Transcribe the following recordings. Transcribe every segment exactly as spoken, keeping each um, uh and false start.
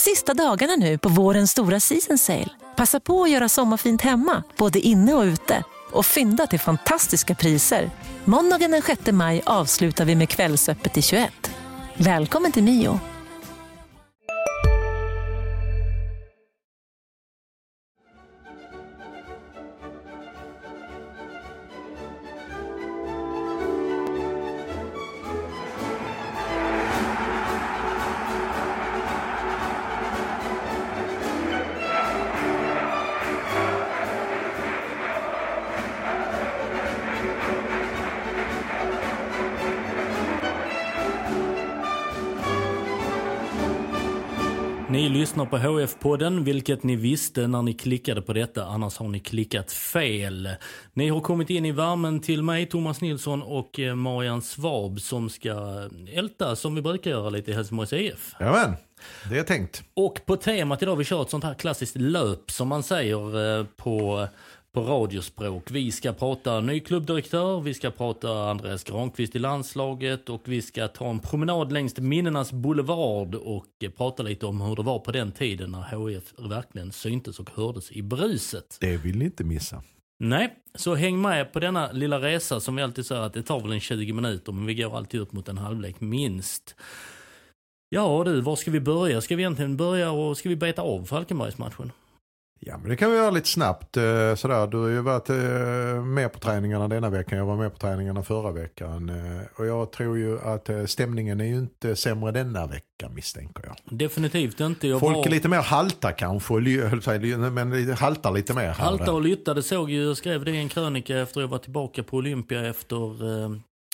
sista dagarna nu på vårens stora season sale. Passa på att göra sommarfint hemma, både inne och ute. Och fynda till fantastiska priser. Måndagen den sjätte maj avslutar vi med Kvällsöppet i tjugoett. Välkommen till Mio. Ni lyssnar på H F-podden, vilket ni visste när ni klickade på detta, annars har ni klickat fel. Ni har kommit in i värmen till mig, Thomas Nilsson och Marian Svab, som ska älta som vi brukar göra lite i Helsingborgs I F. Jajamän, det är tänkt. Och på temat idag vi kör ett sånt här klassiskt löp som man säger på... på radiospråk. Vi ska prata ny klubbdirektör, vi ska prata Andreas Granqvist i landslaget och vi ska ta en promenad längs minnenas boulevard och prata lite om hur det var på den tiden när H F verkligen syntes och hördes i bruset. Det vill ni inte missa. Nej, så häng med på denna lilla resa som vi alltid säger att det tar väl en tjugo minuter, men vi går alltid upp mot en halvlek minst. Ja du, var ska vi börja? Ska vi egentligen börja och ska vi beta av Falkenbergsmatchen? Ja, men det kan vi göra lite snabbt. Sådär. Du har ju varit med på träningarna denna veckan. Jag var med på träningarna förra veckan. Och jag tror ju att stämningen är ju inte sämre denna vecka, misstänker jag. Definitivt inte. Jag Folk var... är lite mer halta kanske, men haltar lite mer. Halta och lytta, det såg ju, jag skrev det i en krönika efter jag var tillbaka på Olympia efter eh,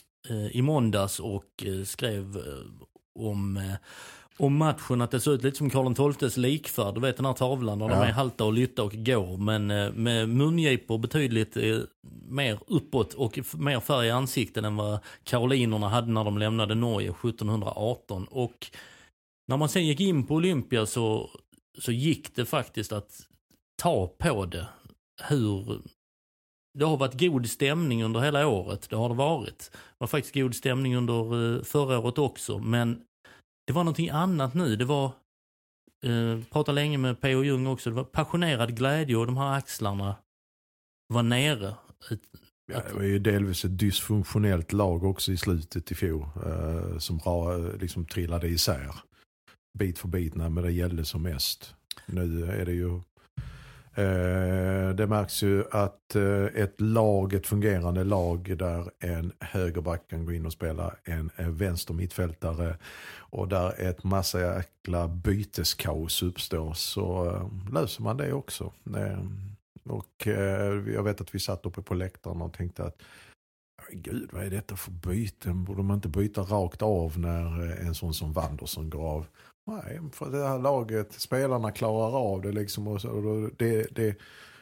i måndags och eh, skrev eh, om... Eh, om matchen att det såg ut lite som Karl den tolftes likfärd. Du vet den här tavlan där ja. De är halta och lytta och går. Men eh, med mungipor betydligt eh, mer uppåt och f- mer färg i ansikten än vad karolinerna hade när de lämnade Norge sjutton arton. Och när man sen gick in på Olympia så, så gick det faktiskt att ta på det. Hur... Det har varit god stämning under hela året. Det har det varit. Det var faktiskt god stämning under eh, förra året också. Men det var någonting annat nu. Det var, eh, pratade länge med P O Jung också, det var passionerad glädje och de här axlarna var nere. Ett, ja, det var ju delvis ett dysfunktionellt lag också i slutet i fjol eh, som liksom trillade isär bit för bit när det gällde som mest. Nu är det ju Eh, det märks ju att eh, ett lag, ett fungerande lag där en högerback kan gå in och spela en, en vänster mittfältare och där ett massa jäkla byteskaos uppstår, så eh, löser man det också. Eh, och eh, jag vet att vi satt uppe på läktaren och tänkte att gud, vad är detta för byten? Borde man inte byta rakt av när en sån som Wanderson går av? Nej, för det här laget, spelarna klarar av det liksom. Och så, och det, det,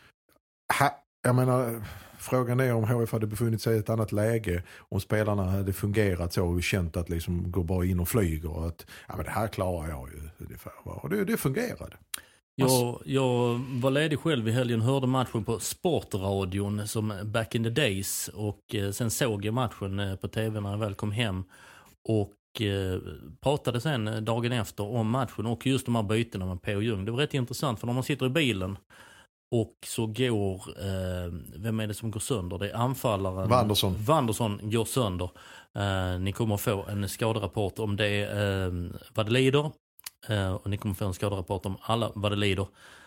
ha, jag menar, frågan är om H F hade befunnit sig i ett annat läge, om spelarna hade fungerat så och känt att liksom går bara in och flyger och att ja, men det här klarar jag ju ungefär. Och det, det fungerade. Jag, jag var ledig själv i helgen, hörde matchen på Sportradion som back in the days och eh, sen såg jag matchen eh, på tv när jag väl kom hem och eh, pratade sen dagen efter om matchen och just de här bytena med P O Jung. Det var rätt intressant för när man sitter i bilen och så går, eh, vem är det som går sönder? Det är anfallaren. Wanderson. Wanderson går sönder. Eh, ni kommer få en skaderapport om det, eh, vad det lider. Uh, och ni kommer få en skaderapport om alla vad det lider.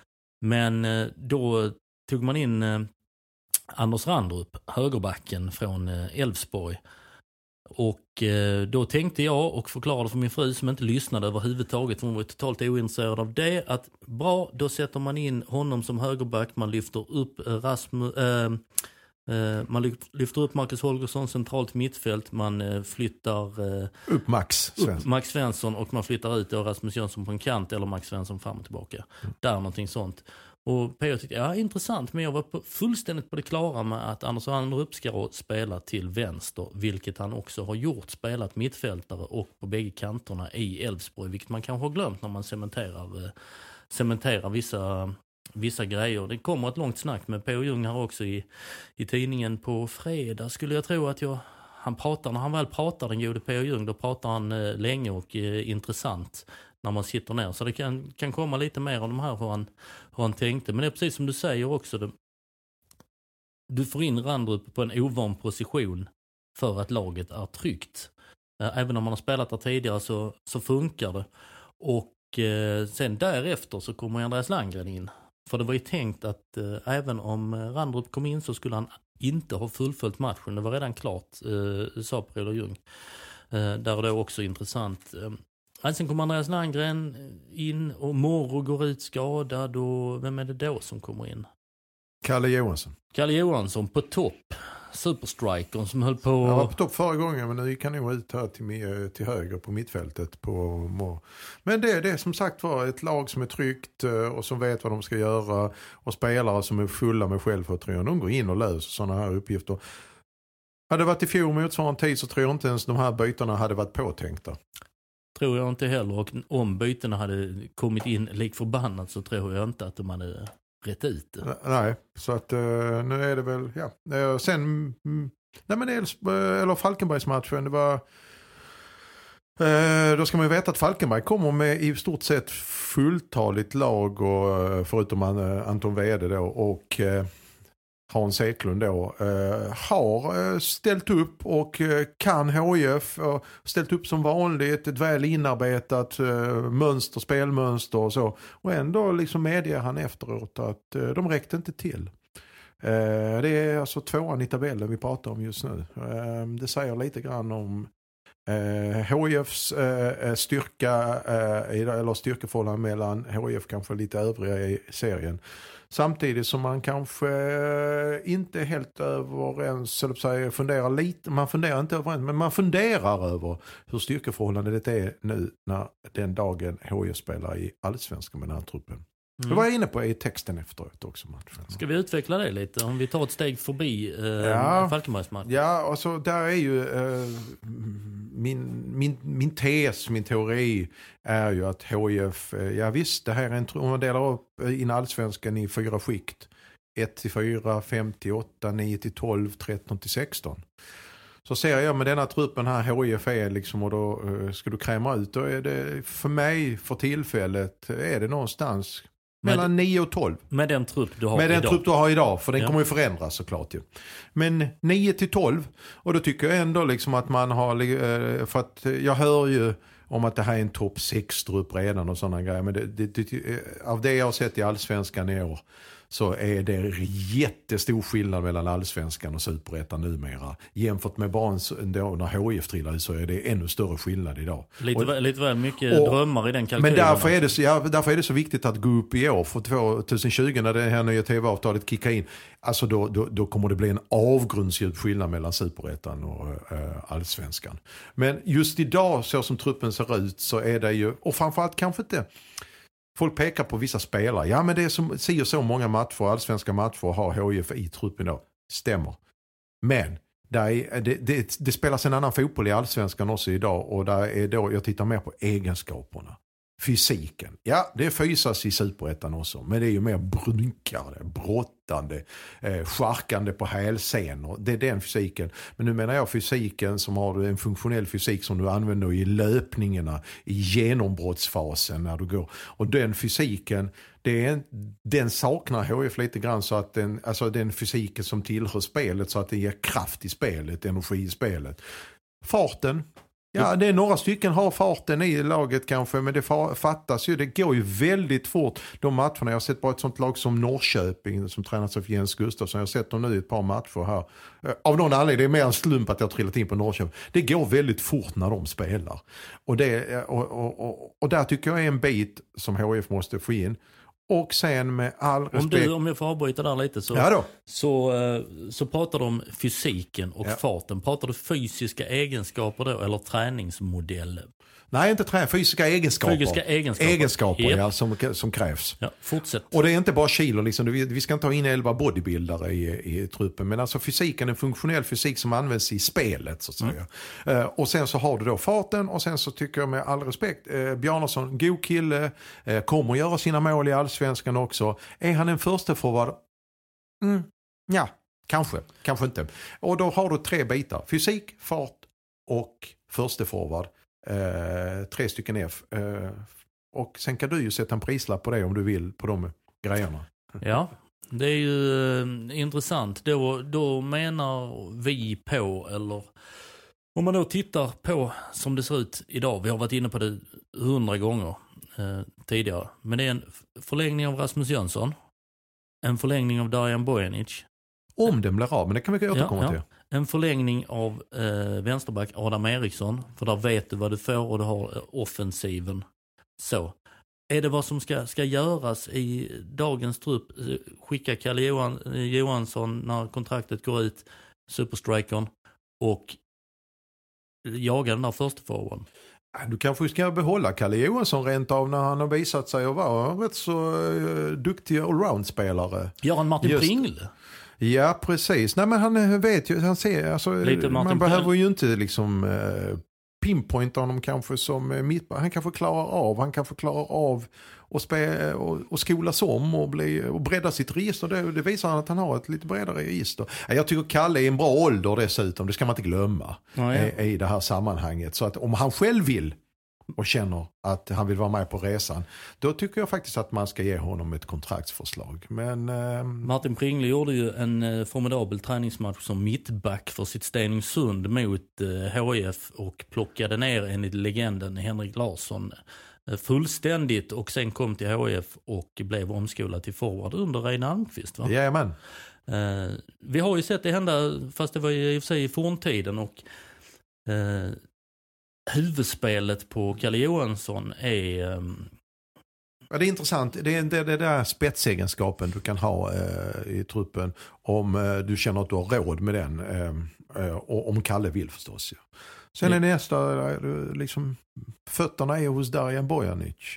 Men uh, då tog man in uh, Anders Randrup, högerbacken från Elfsborg. Uh, och uh, då tänkte jag och förklarade för min fru som inte lyssnade överhuvudtaget, för hon var totalt ointresserad av det, att bra, då sätter man in honom som högerback, man lyfter upp uh, Rasmus... Uh, Uh, man lyfter upp Marcus Holgersson centralt mittfält, man uh, flyttar uh, upp Max Svensson. upp Max Svensson och man flyttar ut då Rasmus Jönsson på en kant eller Max Svensson fram och tillbaka. Mm. Där någonting sånt. Och P O tyckte, ja intressant, men jag var på, fullständigt på det klara med att Anders Randrup ska spela till vänster, vilket han också har gjort, spelat mittfältare och på bägge kanterna i Elfsborg, vilket man kanske har glömt när man cementerar, uh, cementerar vissa... vissa grejer. Det kommer ett långt snack med P O Jung här också i, i tidningen på fredag. Skulle jag tro att jag, han pratar, när han väl pratar den gode P O Jung, då pratar han eh, länge och eh, intressant. när man sitter ner. Så det kan, kan komma lite mer om de här hur han, hur han tänkte. Men det är precis som du säger också. Det, du får in Randrup på en ovan position för att laget är tryggt. Även om man har spelat där tidigare så, så funkar det. Och eh, sen därefter så kommer Andreas Landgren in. För det var ju tänkt att eh, även om Randrup kom in så skulle han inte ha fullföljt matchen. Det var redan klart, eh, sa Peder Ljung. Eh, där är det också intressant. Eh, sen kommer Andreas Landgren in och Morro går ut skadad. Och vem är det då som kommer in? Kalle Johansson. Kalle Johansson på topp. Superstrikern som höll på... Jag var på topp förra gången, men nu gick han nog ut här till, till höger på mittfältet. På Morro. Men det är det som sagt var ett lag som är tryggt och som vet vad de ska göra. Och spelare som är fulla med självförtroende. De går in och löser sådana här uppgifter. Hade det varit i fjol motsvarande tid så tror jag inte ens de här bytena hade varit påtänkta. Tror jag inte heller. Och om bytena hade kommit in lik förbannat så tror jag inte att de hade rätt ut. Nej, så att uh, nu är det väl, ja. Uh, sen, mm, nej men dels, uh, eller Falkenbergsmatchen, det var, uh, då ska man ju veta att Falkenberg kommer med i stort sett fulltaligt lag och uh, förutom uh, Anton Wede då och uh, Hans Eklund då uh, har uh, ställt upp och uh, kan H I F uh, ställt upp som vanligt, ett väl inarbetat uh, mönster, spelmönster och så. Och ändå liksom medger han efteråt att uh, de räckte inte till. Uh, det är alltså tvåan i tabellen vi pratar om just nu. Uh, det säger lite grann om uh, H I Fs uh, styrka uh, eller styrkeförhållande mellan H I F kanske lite övriga i serien. Samtidigt som man kanske inte är helt överens, eller säga, funderar lite, man funderar inte överens, men man funderar över hur styrkeförhållandet är nu när den dagen H I F spelar i allsvenskan med den här truppen. Mm. Det var jag inne på i texten efteråt också. Matchen. Ska vi utveckla det lite? Om vi tar ett steg förbi eh, ja, Falkenbergsmatchen. Ja, alltså där är ju eh, min, min, min tes, min teori är ju att H I F, eh, ja visst, det här är en, om man delar upp in allsvenskan i fyra skikt. ett till fyra, fem till åtta, nio till tolv, tretton till sexton. Så ser jag med denna truppen här H I F är liksom, och då uh, ska du kräma ut, då är det för mig för tillfället är det någonstans mellan nio och tolv. Med den trupp du har med idag. Med den trupp du har idag, för den ja. kommer ju förändras såklart ju. Men nio till tolv, och då tycker jag ändå liksom att man har, uh, för att jag hör ju om att det här är en topp sex trupp redan och sådana grejer, men det, det, det, av det jag har sett i allsvenskan i år så är det jättestor skillnad mellan allsvenskan och superettan numera. Jämfört med bara då, när H I F trillar så är det ännu större skillnad idag. Lite, och, lite väl mycket och, drömmar i den kalkylen. Men därför är, det så, ja, därför är det så viktigt att gå upp i år för tjugo när det här nya tv-avtalet kickar in. Alltså då, då, då kommer det bli en avgrundsdjup skillnad mellan superettan och äh, allsvenskan. Men just idag, så som truppen ser ut, så är det ju, och framförallt kanske inte, folk pekar på vissa spelare. Ja, men det är som ser så många matcher, allsvenska matcher har H I F i truppen då. Stämmer. Men där är, det, det, det spelas en annan fotboll i allsvenskan också idag, och där är då jag tittar mer på egenskaperna. Fysiken. Ja, det fysas i superettan också, men det är ju mer brunkare, brottande, eh, charkande på hälsenor. Det är den fysiken. Men nu menar jag fysiken som har en funktionell fysik som du använder i löpningarna, i genombrottsfasen när du går. Och den fysiken, det är, den saknar H F lite grann, så att den, alltså den fysiken som tillhör spelet, så att det ger kraft i spelet, energi i spelet. Farten. Ja, det är några stycken har farten i laget kanske, men det fattas ju. Det går ju väldigt fort de matcherna. Jag har sett bara ett sånt lag som Norrköping som tränas av Jens Gustafsson. Jag har sett dem nu i ett par matcher här. Av någon anledning, det är mer en slump att jag har trillat in på Norrköping. Det går väldigt fort när de spelar. Och, det, och, och, och, och där tycker jag är en bit som H F måste få in. Och sen med all respekt... Om, du, om jag får avbryta där lite så, ja då. så, så pratar du om fysiken och ja. farten. Pratar du fysiska egenskaper då eller träningsmodell? Nej, inte träning, fysiska egenskaper. Fysiska egenskaper, egenskaper yep. ja, som, som krävs. Ja, fortsätt. Och det är inte bara kilo, liksom. Vi ska inte ha in elva bodybuildare i, i truppen, men alltså fysiken, en funktionell fysik som används i spelet så att säga. Mm. Uh, och sen så har du då farten, och sen så tycker jag med all respekt, uh, Bjarnason, god kille, uh, kommer göra sina mål i allsvenskan också. Är han en första forward? Mm. Ja, kanske, kanske inte. Och då har du tre bitar, fysik, fart och första forward. Uh, tre stycken F. Uh, Och sen kan du ju sätta en prislapp på det om du vill på de grejerna. Ja, det är ju eh, intressant. Då, då menar vi på, eller om man då tittar på som det ser ut idag, vi har varit inne på det hundra gånger eh, tidigare, men det är en förlängning av Rasmus Jönsson, en förlängning av Darijan Bojanic. Om den blir av, men det kan vi återkomma ja, ja. till. En förlängning av eh, vänsterback Adam Eriksson, för där vet du vad du får och du har eh, offensiven. Så. Är det vad som ska, ska göras i dagens trupp? Skicka Kalle Johan, Johansson när kontraktet går ut, superstrikern, och jaga den där första forwarden. Du kanske ska behålla Kalle Johansson rent av när han har visat sig att vara en rätt så uh, duktig allround-spelare. Göran Martin Just. Pringle? Ja, precis. Nej, men han vet ju, han ser, alltså, man behöver Pell. ju inte liksom uh, pinpointa honom kanske som mittback. Han kan få klara av, han kan få klara av och, spä, och, och skolas om och, bli, och bredda sitt register. Det, det visar han att han har ett lite bredare register. Jag tycker Kalle är en bra ålder dessutom, det ska man inte glömma ja, ja. I, i det här sammanhanget. Så att om han själv vill och känner att han vill vara med på resan, då tycker jag faktiskt att man ska ge honom ett kontraktsförslag. Men, eh... Martin Pringle gjorde ju en eh, formidabel träningsmatch som mittback för sitt Stenungsund mot eh, H I F och plockade ner enligt legenden Henrik Larsson eh, fullständigt, och sen kom till H I F och blev omskolad till forward under Reine Almqvist, va? Jajamän. Eh, vi har ju sett det hända, fast det var i och för sig i forntiden, och eh, huvudspelet på Kalle Johansson är... Um... Ja, det är intressant. Det är det, det där spetsegenskapen du kan ha eh, i truppen om eh, du känner att du har råd med den. Eh, och om Kalle vill förstås. Ja. Sen är mm. nästa, eh, liksom, fötterna är hos Darijan Bojanic.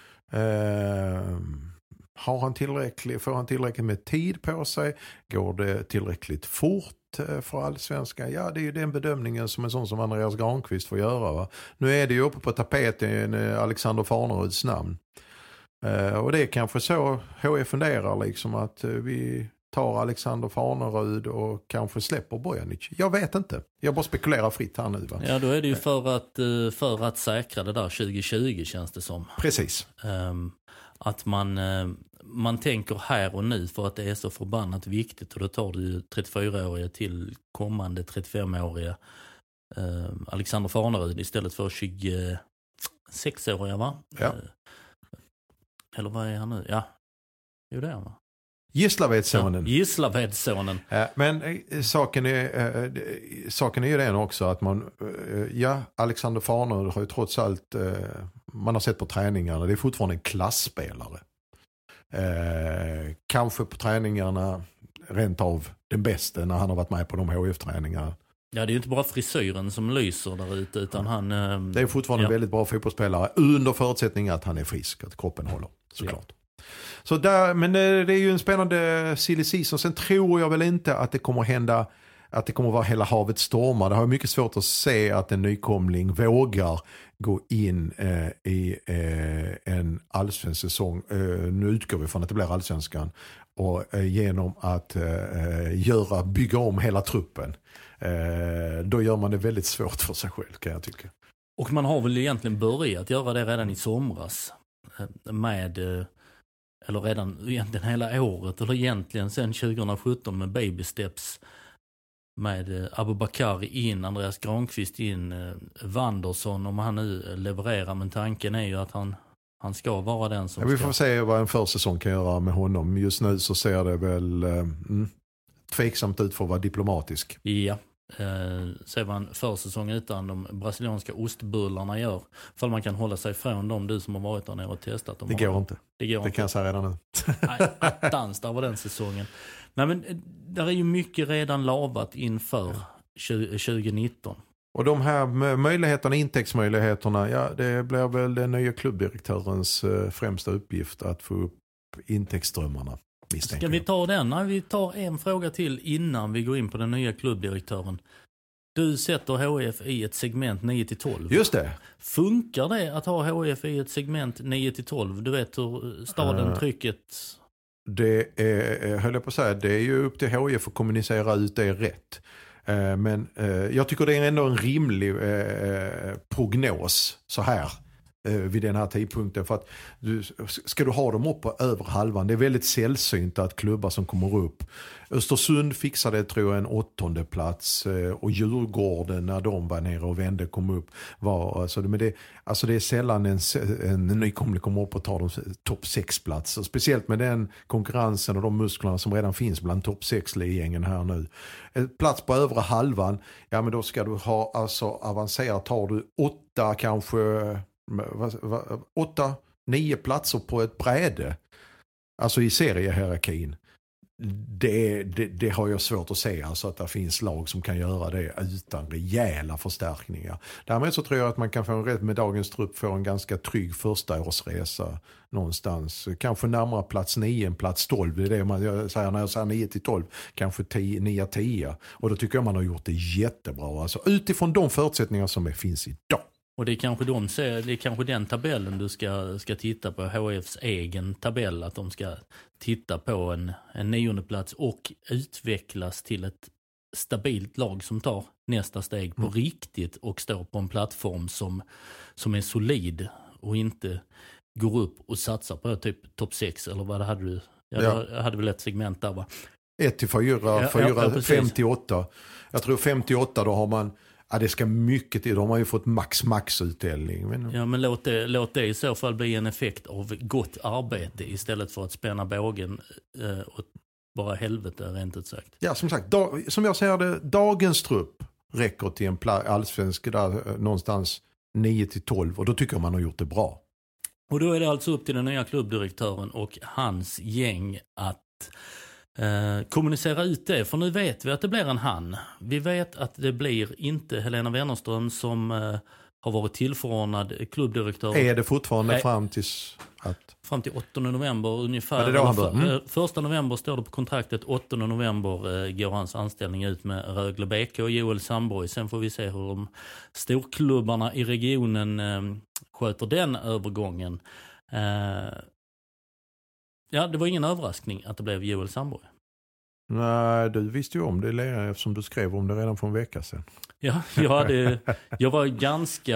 Eh, har han tillräckligt, får han tillräckligt med tid på sig? Går det tillräckligt fort för allsvenskan? Ja, det är ju den bedömningen som en sån som Andreas Granqvist får göra. Va? Nu är det ju uppe på tapeten Alexander Farneruds namn. Uh, och det är kanske så H F funderar liksom, att uh, vi tar Alexander Farnerud och kanske släpper Bojanic. Jag vet inte. Jag bara spekulerar fritt här nu. Va? Ja, då är det ju för att, uh, för att säkra det där tjugo tjugo, känns det som. Precis. Um, att man, uh, man tänker här och nu, för att det är så förbannat viktigt, och då tar du trettiofyraåriga till kommande trettiofemåriga uh, Alexander Farnerud istället för tjugosexåriga, va? Ja. Uh, eller vad är han nu? Ja, jo det är han, va? Gislavedssonen. Ja, Gislavedssonen. Ja, men eh, saken, är, eh, saken är ju den också att man, eh, ja, Alexander Farnerud har ju trots allt, eh, man har sett på träningarna, det är fortfarande en klassspelare. Eh, kanske på träningarna rent av den bästa när han har varit med på de H F-träningarna. Ja, det är ju inte bara frisyren som lyser där ute, utan han... Eh, det är fortfarande ja. en väldigt bra fotbollsspelare under förutsättning att han är frisk, att kroppen håller, såklart. Ja. Så där, men det, det är ju en spännande silly season. Sen tror jag väl inte att det kommer hända, att det kommer vara hela havet stormar. Det har mycket svårt att se att en nykomling vågar gå in eh, i eh, en allsvensk säsong. Eh, nu utgår vi från att det blir allsvenskan. Och eh, genom att eh, göra, bygga om hela truppen. Eh, då gör man det väldigt svårt för sig själv, kan jag tycka. Och man har väl egentligen börjat göra det redan i somras. Med... Eh, eller redan egentligen hela året, eller egentligen sen tjugosjutton med baby steps, med Abubakar in, Andreas Granqvist in, Wanderson, om han nu levererar, men tanken är ju att han, han ska vara den som ja, vi får ska... se vad en försäsong kan göra med honom. Just nu så ser det väl mm, tveksamt ut för att vara diplomatisk. Ja, eh, se vad en försäsong utan de brasilianska ostbullarna gör. För man kan hålla sig ifrån dem, du som har varit där nere och testat dem. Det går inte. Det, går det inte. kan jag säga redan nu. Nej, attans, där var den säsongen. Nej, men där är ju mycket redan lavat inför tjugonitton. Och de här möjligheterna, intäktsmöjligheterna, ja, det blir väl den nya klubbdirektörens främsta uppgift att få upp intäktsströmmarna. Ska vi ta den? Nej, vi tar en fråga till innan vi går in på den nya klubbdirektören. Du sätter H F i ett segment nio till tolv. Just det. Funkar det att ha H F i ett segment nio till tolv? Du vet hur staden uh, trycket... Det är, höll jag på att säga, det är ju upp till H F att kommunicera ut det rätt. Uh, men uh, jag tycker det är ändå en rimlig uh, prognos så här. eh, vid den här tidpunkten. För att du, ska du ha dem upp på över halvan, det är väldigt sällsynt att klubbar som kommer upp. Östersund fixade, tror jag, en åttonde plats eh, och Djurgården, när de var nere och vände, kom upp. Var, alltså, men det, alltså det är sällan en, en nykomling kommer upp och tar de topp sex platser. Speciellt med den konkurrensen och de musklerna som redan finns bland topp sex-gängen här nu. En plats på övre halvan, ja men då ska du ha, alltså avancerat, tar du åtta kanske, vad, vad, åtta, nio platser på ett bräde. Alltså i seriehierarkin. Det, det, det har jag svårt att se, alltså att det finns lag som kan göra det utan rejäla förstärkningar. Därmed så tror jag att man kan få en rätt med dagens trupp få en ganska trygg första årsresa någonstans. Kanske närmare plats nio än plats tolv. Det är det man jag säger när jag säger nio till tolv. Kanske nio tio. Och då tycker jag man har gjort det jättebra. Alltså utifrån de förutsättningar som finns idag. Och det är kanske de ser, det är kanske den tabellen du ska, ska titta på, H F:s egen tabell, att de ska titta på en, en nionde plats och utvecklas till ett stabilt lag som tar nästa steg på mm. riktigt och står på en plattform som, som är solid och inte går upp och satsar på typ topp sex eller vad det hade du? Jag, ja. jag hade väl ett segment där, va? ett till fyra, fem till åtta. Jag tror fem till åtta, då har man. Ja, det ska mycket till. De har ju fått max-max-utdelning. Men... Ja, men låt det, låt det i så fall bli en effekt av gott arbete istället för att spänna bågen eh, och bara helvete, rent ut sagt. Ja, som sagt, dag, som jag säger det, dagens trupp räcker till en pla- allsvensk där någonstans nio till tolv, och då tycker jag man har gjort det bra. Och då är det alltså upp till den nya klubbdirektören och hans gäng att Eh, kommunicera ut det, för nu vet vi att det blir en han. Vi vet att det blir inte Helena Wennerström som eh, har varit tillförordnad klubbdirektör. Är det fortfarande Nej. fram till att... Fram till åttonde november ungefär. Är det då han börjar? Mm. Första november står det på kontraktet, åttonde november eh, går hans anställning ut med Rögle B K och Joel Sandborg. Sen får vi se hur de storklubbarna i regionen eh, sköter den övergången. Eh, Ja, det var ingen överraskning att det blev Joel Sandborg. Nej, du visste ju om det eftersom du skrev om det redan för en vecka sedan. Ja, jag, hade, jag var ganska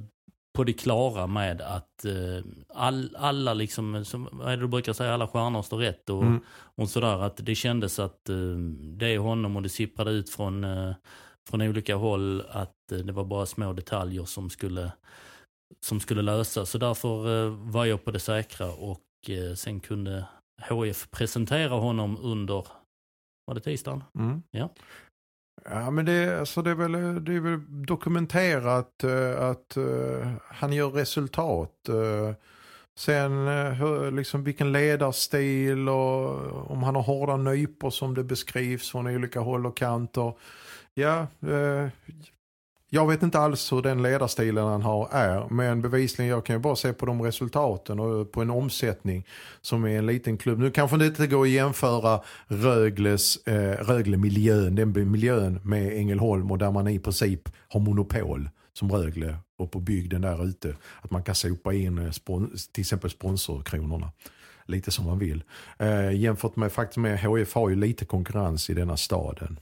på det klara med att eh, all, alla, liksom, som vad är det du brukar säga, alla stjärnor står rätt och, mm. och sådär. Att det kändes att eh, det är honom och det sipprade ut från, eh, från olika håll att eh, det var bara små detaljer som skulle, som skulle lösas. Så därför eh, var jag på det säkra och sen kunde H F presentera honom under, var det tisdagen? Mm. Ja. Ja, men det, alltså det, är väl, det är väl dokumenterat uh, att uh, han gör resultat. Uh, sen uh, liksom vilken ledarstil och om han har hårda nypor som det beskrivs från olika håll och kanter. Ja, uh, jag vet inte alls hur den ledarstilen han har är, men bevisligen jag kan ju bara se på de resultaten och på en omsättning som är en liten klubb. Nu kanske det inte går att jämföra Rögles, eh, Rögle-miljön, den miljön med Ängelholm och där man i princip har monopol som Rögle och på bygden där ute. Att man kan sopa in spon- till exempel sponsorkronorna lite som man vill. Eh, jämfört med faktiskt med H F har ju lite konkurrens i denna staden.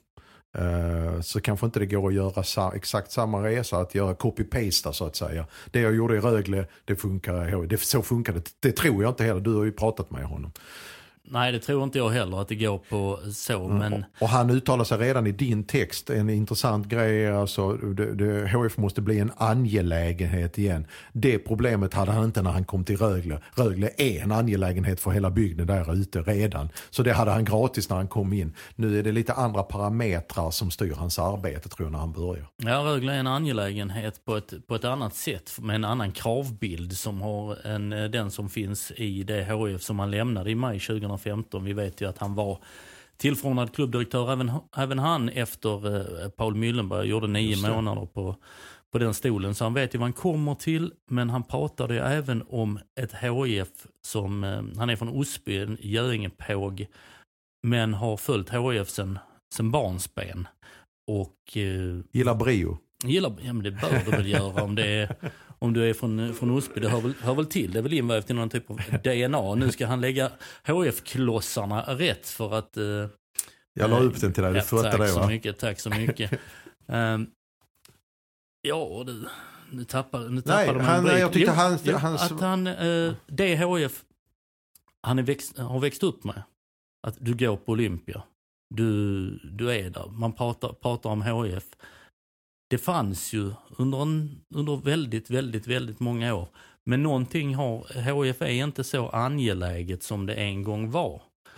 Uh, så kanske inte det går att göra sa- exakt samma resa, att göra copy-paste så att säga. Det jag gjorde i Rögle, det funkar, det, så funkar det. Det tror jag inte heller, du har ju pratat med honom. Nej, det tror inte jag heller att det går på så. Mm. Men... Och, och han uttalar sig redan i din text, en intressant grej, alltså det, det, H F måste bli en angelägenhet igen. Det problemet hade han inte när han kom till Rögle. Rögle är en angelägenhet för hela bygden där ute redan. Så det hade han gratis när han kom in. Nu är det lite andra parametrar som styr hans arbete, tror jag, när han börjar. Ja, Rögle är en angelägenhet på ett, på ett annat sätt, med en annan kravbild som har en, den som finns i det H F som han lämnade i maj tjugo femton. Vi vet ju att han var tillförordnad klubbdirektör även, även han efter eh, Paul Müllenberg gjorde nio månader på, på den stolen. Så han vet ju vad han kommer till, men han pratade ju även om ett H F som, eh, han är från Osby, en Göingepåg, men har följt H F sen, sen barnsben. Och eh, gillar Brio. Gillar, ja men det bör du väl göra om det är, om du är från, från Osby, det hör väl, hör väl till. Det är väl invävt i någon typ av D N A. Nu ska han lägga H F-klossarna rätt för att... Eh, jag la upp den till dig, du ja, tack det, så va? mycket, tack så mycket. um, ja, du, nu tappar, nu Nej, tappade han, man jag tyckte jo, hans, jo, hans... att han, eh, D H F, han är växt, har växt upp med. Att du går på Olympia. Du, du är där. Man pratar, pratar om H I F. Det fanns ju under, en, under väldigt, väldigt, väldigt många år. Men någonting har, H I F är inte så angeläget som det en gång var.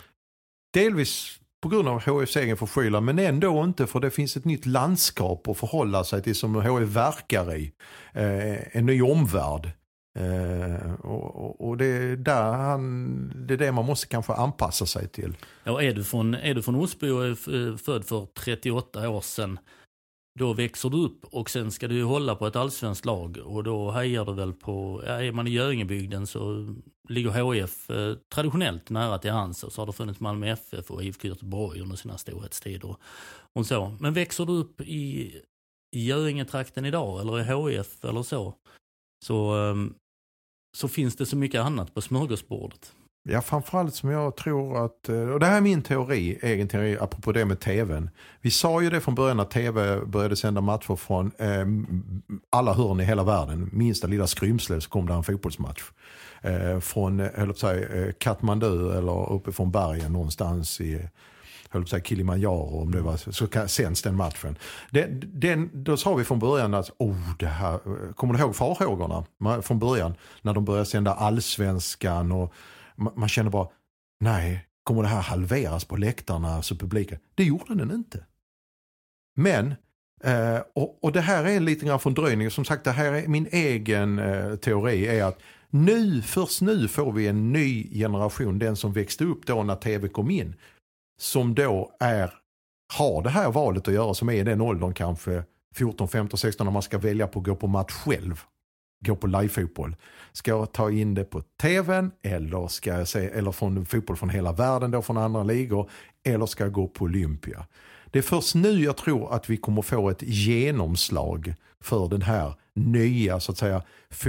Delvis på grund av H F:s egen förskyllan, men ändå inte, för det finns ett nytt landskap att förhålla sig till som H F verkar i. Eh, en ny omvärld. Eh, och, och det är där han, det är det man måste kanske anpassa sig till. Ja, är du från, är du från Osby och är född för trettioåtta år sedan, då växer du upp och sen ska du hålla på ett allsvenskt lag och då hejar du väl på, ja, är man i Göingebygden så ligger H I F eh, traditionellt nära till hands, och så har det funnits Malmö F F och I F K Göteborg under sina storhetstider och så. Men växer du upp i, i Göingetrakten idag eller i H I F eller så, så, eh, så finns det så mycket annat på smörgåsbordet. Ja, framförallt som jag tror att, och det här är min teori, egen teori, apropå det med tvn. Vi sa ju det från början när tv började sända matcher från eh, alla hörn i hela världen. Minsta lilla skrymsle så kom det en fotbollsmatch. Eh, från, höll jag säga, Kathmandu eller uppe från bergen någonstans i, höll jag säga, Kilimanjaro, om det var, så sänds den matchen. Den, den, då sa vi från början att, oh, det här, kommer du ihåg farhågorna från början när de började sända allsvenskan och man känner bara, nej, kommer det här halveras på läktarna så publiken? Det gjorde den inte. Men, eh, och, och det här är lite grann från dröjning. Som sagt, det här är min egen eh, teori är att nu, först nu får vi en ny generation, den som växte upp då när tv kom in, som då är, har det här valet att göra, som är i den åldern kanske fjorton, femton, sexton, när man ska välja på att gå på match själv. Gå på live-fotboll. Ska jag ta in det på tvn eller ska jag se, eller från fotboll från hela världen då, från andra ligor, eller ska jag gå på Olympia? Det är först nu jag tror att vi kommer få ett genomslag för den här nya, så att säga,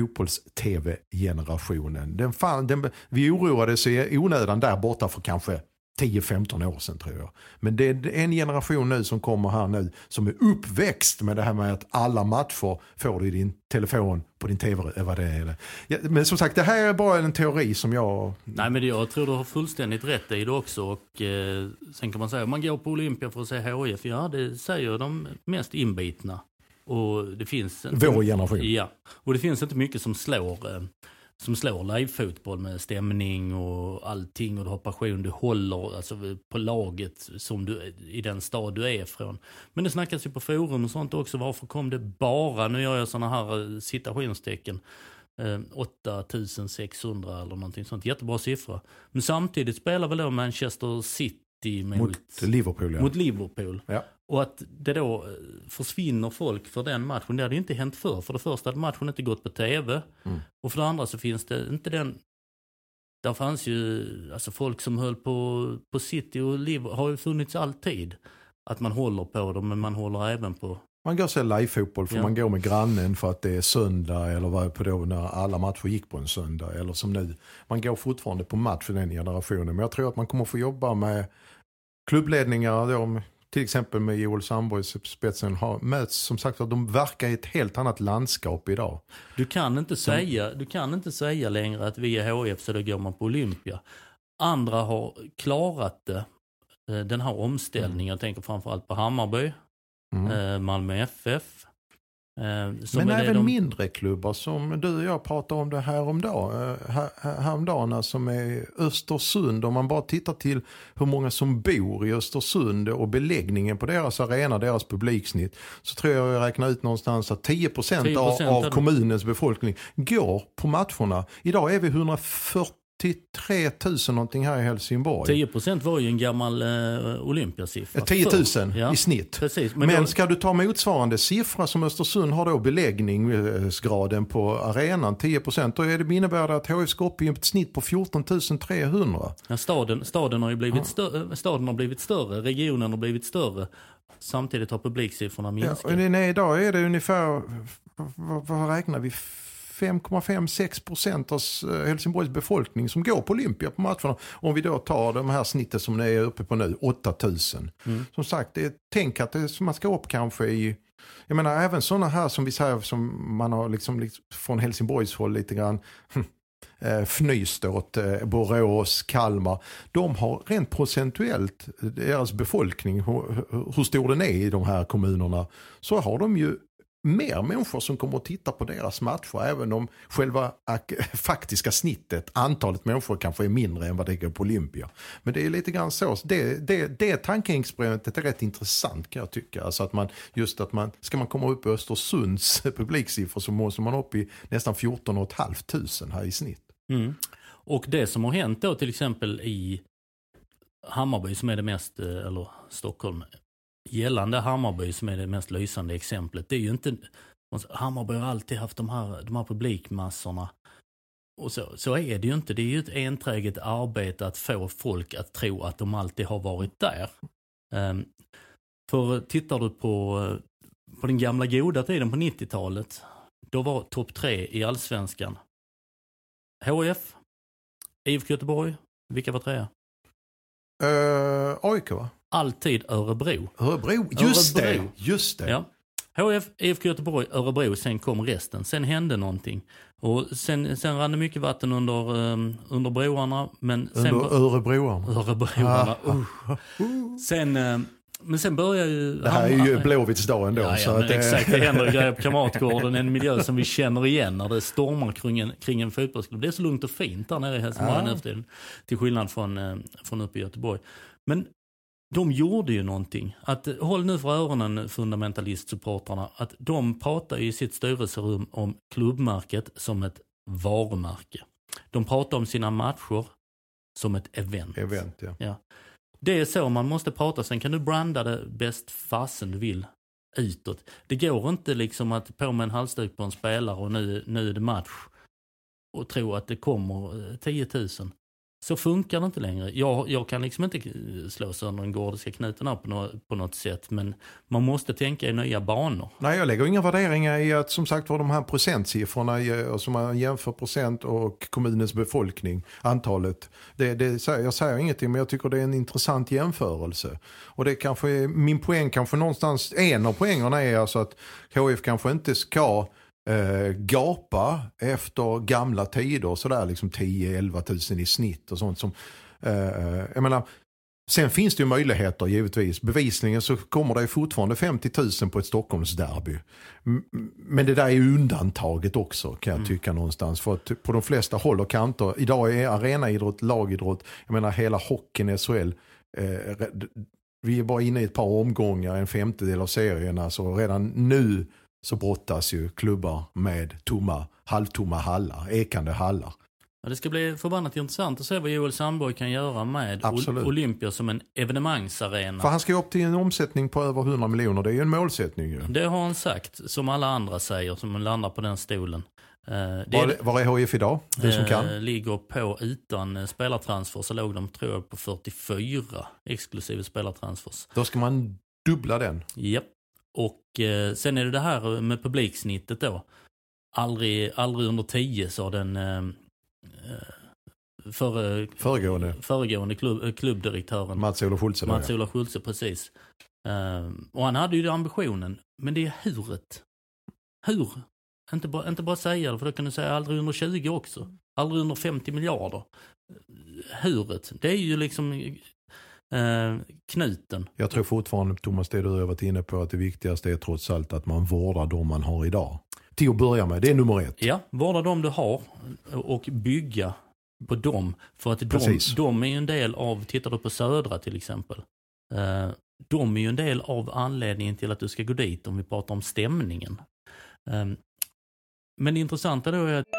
fotbolls-tv-generationen. Den fan, den, vi oroade sig i onödan där borta för kanske tio femton år sedan, tror jag. Men det är en generation nu som kommer här nu som är uppväxt med det här med att alla matcher får du i din telefon, på din tv, vad det är. Ja, men som sagt, det här är bara en teori som jag... Nej, men det, jag tror du har fullständigt rätt i det också. Och eh, sen kan man säga, om man går på Olympia för att se H I F, ja, det säger de mest inbitna. Och det finns... Vår generation. Ja, och det finns inte mycket som slår... Eh, som slår live-fotboll med stämning och allting, och du har passion, du håller alltså på laget som du, i den stad du är från. Men det snackas ju på forum och sånt också, varför kom det bara, nu gör jag såna här citationstecken, eh, åtta tusen sexhundra eller någonting sånt, jättebra siffra. Men samtidigt spelar väl då Manchester City mot, mot Liverpool. Ja. Mot Liverpool. Ja. Och att det då försvinner folk för den matchen, det hade ju inte hänt för. För det första hade matchen inte gått på tv. Mm. Och för det andra så finns det inte den... Där fanns ju alltså folk som höll på, på City och Liverpool, har ju funnits alltid. Att man håller på dem, men man håller även på... Man går och ser live-fotboll för ja. Man går med grannen för att det är söndag, eller vad på då när alla matcher gick på en söndag. Eller som nu, man går fortfarande på match för den generationen. Men jag tror att man kommer få jobba med klubbledningar då, till exempel med Joel Sandborgs spetsen, har möts, som sagt, att de verkar i ett helt annat landskap idag. Du kan inte säga, du kan inte säga längre att vi är H I F så då går man på Olympia. Andra har klarat det, den här omställningen. Mm. Jag tänker framförallt på Hammarby, mm. Malmö F F. Men även de... mindre klubbar som du och jag pratade om det här om dag, häromdagen, som är Östersund. Om man bara tittar till hur många som bor i Östersund och beläggningen på deras arena, deras publiksnitt, så tror jag jag räknar ut någonstans att tio procent av, av kommunens befolkning går på matcherna. Idag är vi hundrafyrtiotre tusen någonting här i Helsingborg. tio procent var ju en gammal eh, olympiasiffra. tio tusen ja. I snitt. Precis, men men då... ska du ta motsvarande siffra som Östersund har då, beläggningsgraden på arenan tio procent, då är det, innebär det att H F ska upp i ett snitt på fjorton tusen trehundra. Ja, staden, staden har ju blivit, ja. stö- staden har blivit större, regionen har blivit större. Samtidigt har publiksiffrorna minskat. Ja, nej, idag är det ungefär, vad, vad räknar vi, fem komma fem till sex procent av Helsingborgs befolkning som går på Olympia på matcherna. Om vi då tar de här snittet som är uppe på nu, åtta tusen. Mm. Som sagt, det är, tänk att det, man ska upp kanske i Jag menar även sådana här som vi säger som man har liksom, liksom från Helsingborgs håll lite grann eh, fnyst åt eh, Borås, Kalmar. De har rent procentuellt deras befolkning, hur, hur stor den är i de här kommunerna, så har de ju mer människor som kommer att titta på deras matcher, även om själva faktiska snittet, antalet människor kanske är mindre än vad det går på Olympia. Men det är lite grann så. Det, det, det tankeexperimentet är rätt intressant kan jag tycka. Alltså att man, just att man, ska man komma upp i Östersunds publiksiffror så måste man upp i nästan fjorton och ett halvt tusen här i snitt. Mm. Och det som har hänt då till exempel i Hammarby som är det mest, eller Stockholm, gällande Hammarby som är det mest lysande exemplet. Det är ju inte, Hammarby har alltid haft de här, de här publikmassorna. Och så, så är det ju inte. Det är ju ett enträget arbete att få folk att tro att de alltid har varit där. Um, för tittar du på, på den gamla goda tiden på nittiotalet, då var topp tre i Allsvenskan H F, I F K Göteborg, vilka var trea? Uh, A I K va? Alltid Örebro. Örebro, just Örebro. det, just det. Ja. H F, I F K Göteborg, Örebro, sen kom resten. Sen hände någonting. Och sen, sen rann det mycket vatten under, um, under broarna. Men sen under Örebroarna. Örebroarna, ah. uh. Sen... Um, Men sen börjar ju... Det här är ju Blåvitts dag ändå. Ja, ja, så men att det... exakt, det händer grejer på Kamratgården, en miljö som vi känner igen när det stormar kring en, kring en fotbollsklubb. Det är så lugnt och fint där nere i Helsingborg nu för tiden, till skillnad från, eh, från uppe i Göteborg. Men de gjorde ju någonting. Att, håll nu för öronen fundamentalistsupportrarna, att de pratar i sitt styrelserum om klubbmärket som ett varumärke. De pratar om sina matcher som ett event. Event, ja. Ja. Det är så man måste prata. Sen kan du branda det bäst fasen du vill utåt. Det går inte liksom att på med en halsduk på en spelare och nu, nu är det match och tro att det kommer tio tusen. Så funkar det inte längre. Jag, jag kan liksom inte slå sönder den gordiska knuten här på, no, på något sätt. Men man måste tänka i nya banor. Nej, jag lägger inga värderingar i att som sagt var de här procentsiffrorna som man jämför procent och kommunens befolkning, antalet. Det, det, jag säger ingenting, men jag tycker det är en intressant jämförelse. Och det kanske är, min poäng kanske någonstans, en av poängerna är alltså att H F kanske inte ska Uh, gapa efter gamla tider sådär liksom tio till elva tusen i snitt och sånt som uh, jag menar, sen finns det ju möjligheter givetvis, bevisligen så kommer det fortfarande femtio tusen på ett Stockholmsderby, M- men det där är ju undantaget också kan jag tycka mm. någonstans, för att på de flesta håll och kanter, idag är arenaidrott, lagidrott, jag menar hela hockeyn, S H L, uh, vi är bara inne i ett par omgångar, en femtedel av serierna, så redan nu så brottas ju klubbar med tomma, halvtomma hallar, ekande hallar. Ja, det ska bli förbannat intressant att se vad Joel Sandborg kan göra med Absolut. Olympia som en evenemangsarena. För han ska ju upp till en omsättning på över hundra miljoner, det är ju en målsättning ju. Det har han sagt, som alla andra säger, som landar på den stolen. Uh, det var, är, var är H F idag? Du som kan. Uh, ligger på utan uh, spelartransfer, så låg de tror jag på fyrtiofyra exklusive spelartransfers. Då ska man dubbla den. Japp. Och eh, sen är det det här med publiksnittet då. Aldrig, aldrig under tio sa den eh, för, föregående, föregående klubb, klubbdirektören. Mats-Olof Schultze. Mats-Olof Schultze, precis. Eh, och han hade ju den ambitionen. Men det är huret. Hur? Inte bara, inte bara säga det, för då kan du säga aldrig under tjugo också. Aldrig under femtio miljarder. Huret, det är ju liksom... Eh, knuten. Jag tror fortfarande, Thomas, det du har varit inne på, att det viktigaste är trots allt att man vårdar de man har idag. Till att börja med, det är nummer ett. Ja, vårda de du har och bygga på dem. För att de, de är ju en del av, tittar du på Södra till exempel, eh, de är ju en del av anledningen till att du ska gå dit om vi pratar om stämningen. Eh, men det intressanta då är att...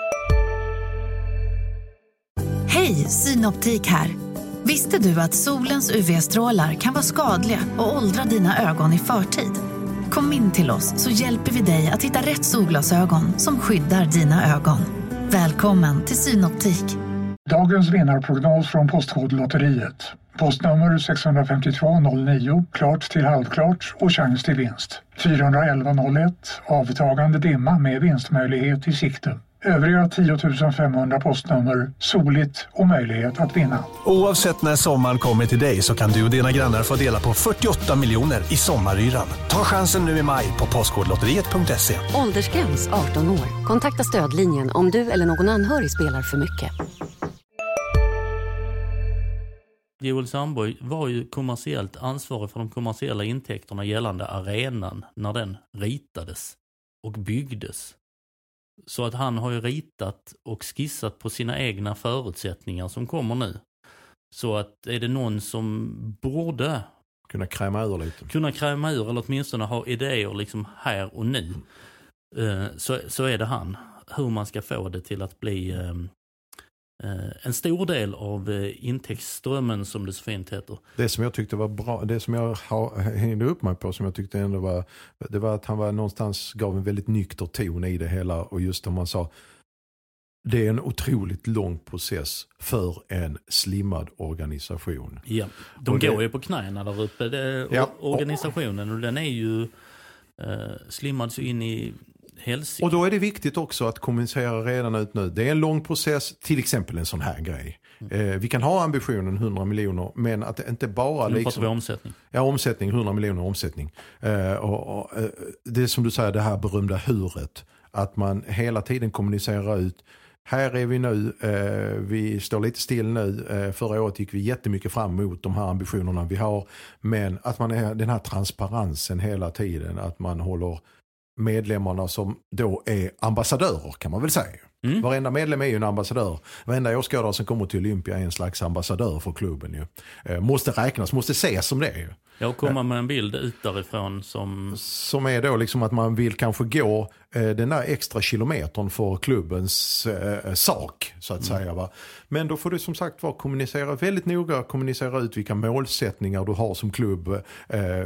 Hej, Synoptik här. Visste du att solens U V-strålar kan vara skadliga och åldra dina ögon i förtid? Kom in till oss så hjälper vi dig att hitta rätt solglasögon som skyddar dina ögon. Välkommen till Synoptik. Dagens vinnarprognos från Postkodlotteriet. Postnummer sex fem två noll nio, klart till halvklart och chans till vinst. fyra ett ett noll ett, avtagande dimma med vinstmöjlighet i sikte. Övriga tio tusen femhundra postnummer soligt och möjlighet att vinna. Oavsett när sommaren kommer till dig så kan du och dina grannar få dela på fyrtioåtta miljoner i sommaryran. Ta chansen nu i maj på postkodlotteriet punkt se. Åldersgräns arton år. Kontakta stödlinjen om du eller någon anhörig spelar för mycket. Joel Sandborg var ju kommersiellt ansvarig för de kommersiella intäkterna gällande arenan när den ritades och byggdes. Så att han har ju ritat och skissat på sina egna förutsättningar som kommer nu. Så att är det någon som borde kunna kräma ur lite. Kunna kräma ur eller åtminstone ha idéer liksom här och nu. Eh, så, så är det han. Hur man ska få det till att bli eh, en stor del av eh, intäktsströmmen som det så fint heter. Det som jag tyckte var bra, det som jag hängde upp mig på som jag tyckte ändå var, det var att han var någonstans gav en väldigt nykter ton i det hela och just om man sa det är en otroligt lång process för en slimmad organisation. Ja, de och går det, ju på knäna där uppe. Det, ja, organisationen och den är ju eh, slimmad så in i helsike. Och då är det viktigt också att kommunicera redan ut nu. Det är en lång process, till exempel en sån här grej. Mm. Eh, vi kan ha ambitionen hundra miljoner, men att det inte bara... Nu liksom, pratar vi omsättning. Ja, omsättning, hundra miljoner omsättning. Eh, och, och, eh, det är som du säger, det här berömda huret. Att man hela tiden kommunicerar ut. Här är vi nu, eh, vi står lite still nu. Eh, förra året gick vi jättemycket fram mot de här ambitionerna vi har. Men att man är den här transparensen hela tiden, att man håller medlemmarna som då är ambassadörer kan man väl säga. Mm. Varenda medlem är ju en ambassadör. Varenda åskådare som kommer till Olympia är en slags ambassadör för klubben ju. Eh, måste räknas, måste ses som det ju. Jag kommer med en bild ut därifrån som... Som är då liksom att man vill kanske gå eh, den där extra kilometern för klubbens eh, sak så att mm. säga. Va? Men då får du som sagt vara kommunicera väldigt noga, kommunicera ut vilka målsättningar du har som klubb. Eh,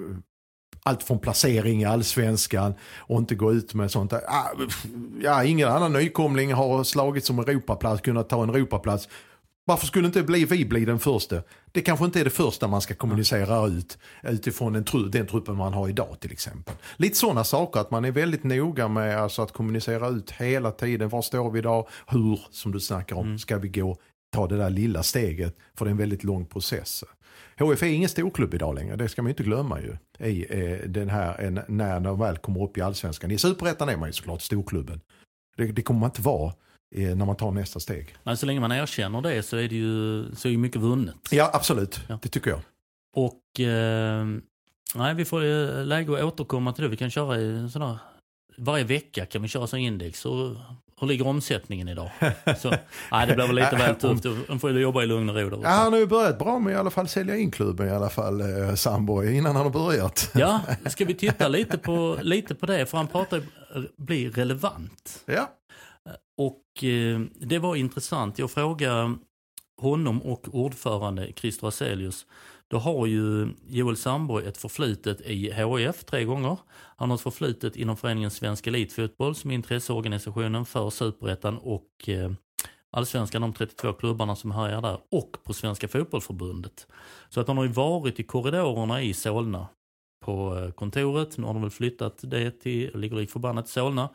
allt från placering i allsvenskan och inte gå ut med sånt där. Ah, ja, ingen annan nykomling har slagit som Europaplats, kunnat ta en Europaplats. Varför skulle inte bli vi bli den första? Det kanske inte är det första man ska kommunicera ut utifrån en tru, den truppen man har idag till exempel. Lite sådana saker att man är väldigt noga med alltså att kommunicera ut hela tiden. Var står vi idag? Hur, som du snackar om, ska vi gå ta det där lilla steget? För det är en väldigt lång process. H F är ingen storklubb idag längre, det ska man inte glömma ju. I eh, den här, en, när de väl kommer upp i allsvenskan. I Superettan är man ju såklart storklubben. Det, det kommer man inte vara eh, när man tar nästa steg. Men så länge man erkänner det så är det ju, så är ju mycket vunnet. Ja, absolut. Ja. Det tycker jag. Och eh, nej, vi får eh, läge att återkomma till det. Vi kan köra i sådär, varje vecka kan vi köra som index och hur ligger omsättningen idag? Så, nej, det blir väl lite väl tufft. De får ju jobba i lugn och ro där. Ja, han har ju börjat bra med i alla fall sälja in klubben i alla fall, eh, Sandborg, innan han har börjat. Ja, ska vi titta lite på, lite på det? För han pratar bli relevant. Ja. Och eh, det var intressant. Jag frågade honom och ordförande Christer Aselius. Då har ju Joel Sandborg ett förflutet i H I F tre gånger. Han har ett förflutet inom föreningen Svensk Elitfotboll som är intresseorganisationen för Superettan och eh, Allsvenskan, de trettiotvå klubbarna som härjar där, och på Svenska Fotbollförbundet. Så att han har ju varit i korridorerna i Solna på kontoret. Nu har de väl flyttat det till, ligger lik förbannat Solna.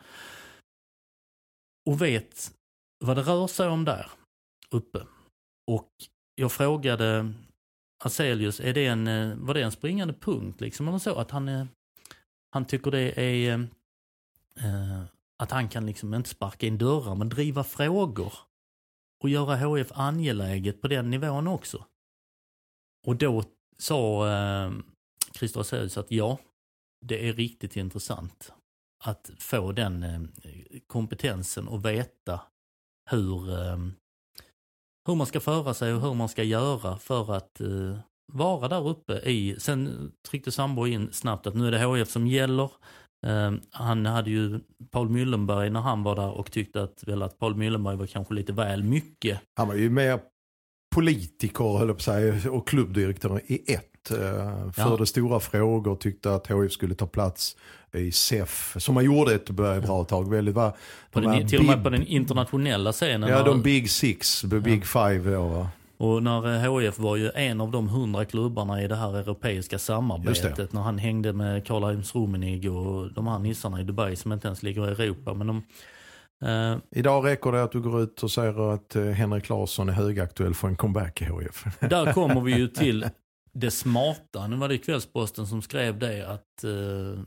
Och vet vad det rör sig om där uppe. Och jag frågade Aselius, är det en, var det en springande punkt liksom, eller så att han, han tycker det är eh, att han kan liksom inte sparka in dörrar men driva frågor och göra H F angeläget på den nivån också. Och då sa eh, Christer Aselius att ja, det är riktigt intressant att få den eh, kompetensen och veta hur eh, hur man ska föra sig och hur man ska göra för att uh, vara där uppe i. Sen tryckte Sandborg in snabbt att nu är det H F som gäller. Uh, han hade ju Paul Müllenberg när han var där och tyckte att, väl, att Paul Müllenberg var kanske lite väl mycket. Han var ju mer politiker höll jag på säga, och klubbdirektör i ett. Uh, för ja. Det stora frågor tyckte att H F skulle ta plats i S E F, som man gjorde ett bra tag. Väldigt, va, på den, till och med på den internationella scenen. Ja, de Big Six, Big ja. Five. Ja. Och när H F var ju en av de hundra klubbarna i det här europeiska samarbetet. När han hängde med Karl-Heinz Rummenigge och de här nissarna i Dubai som inte ens ligger i Europa. Men de, Uh, Idag räcker det att du går ut och säger att uh, Henrik Larsson är högaktuell för en comeback i H I F. Där kommer vi ju till det smarta. Nu var det Kvällsposten som skrev det att uh,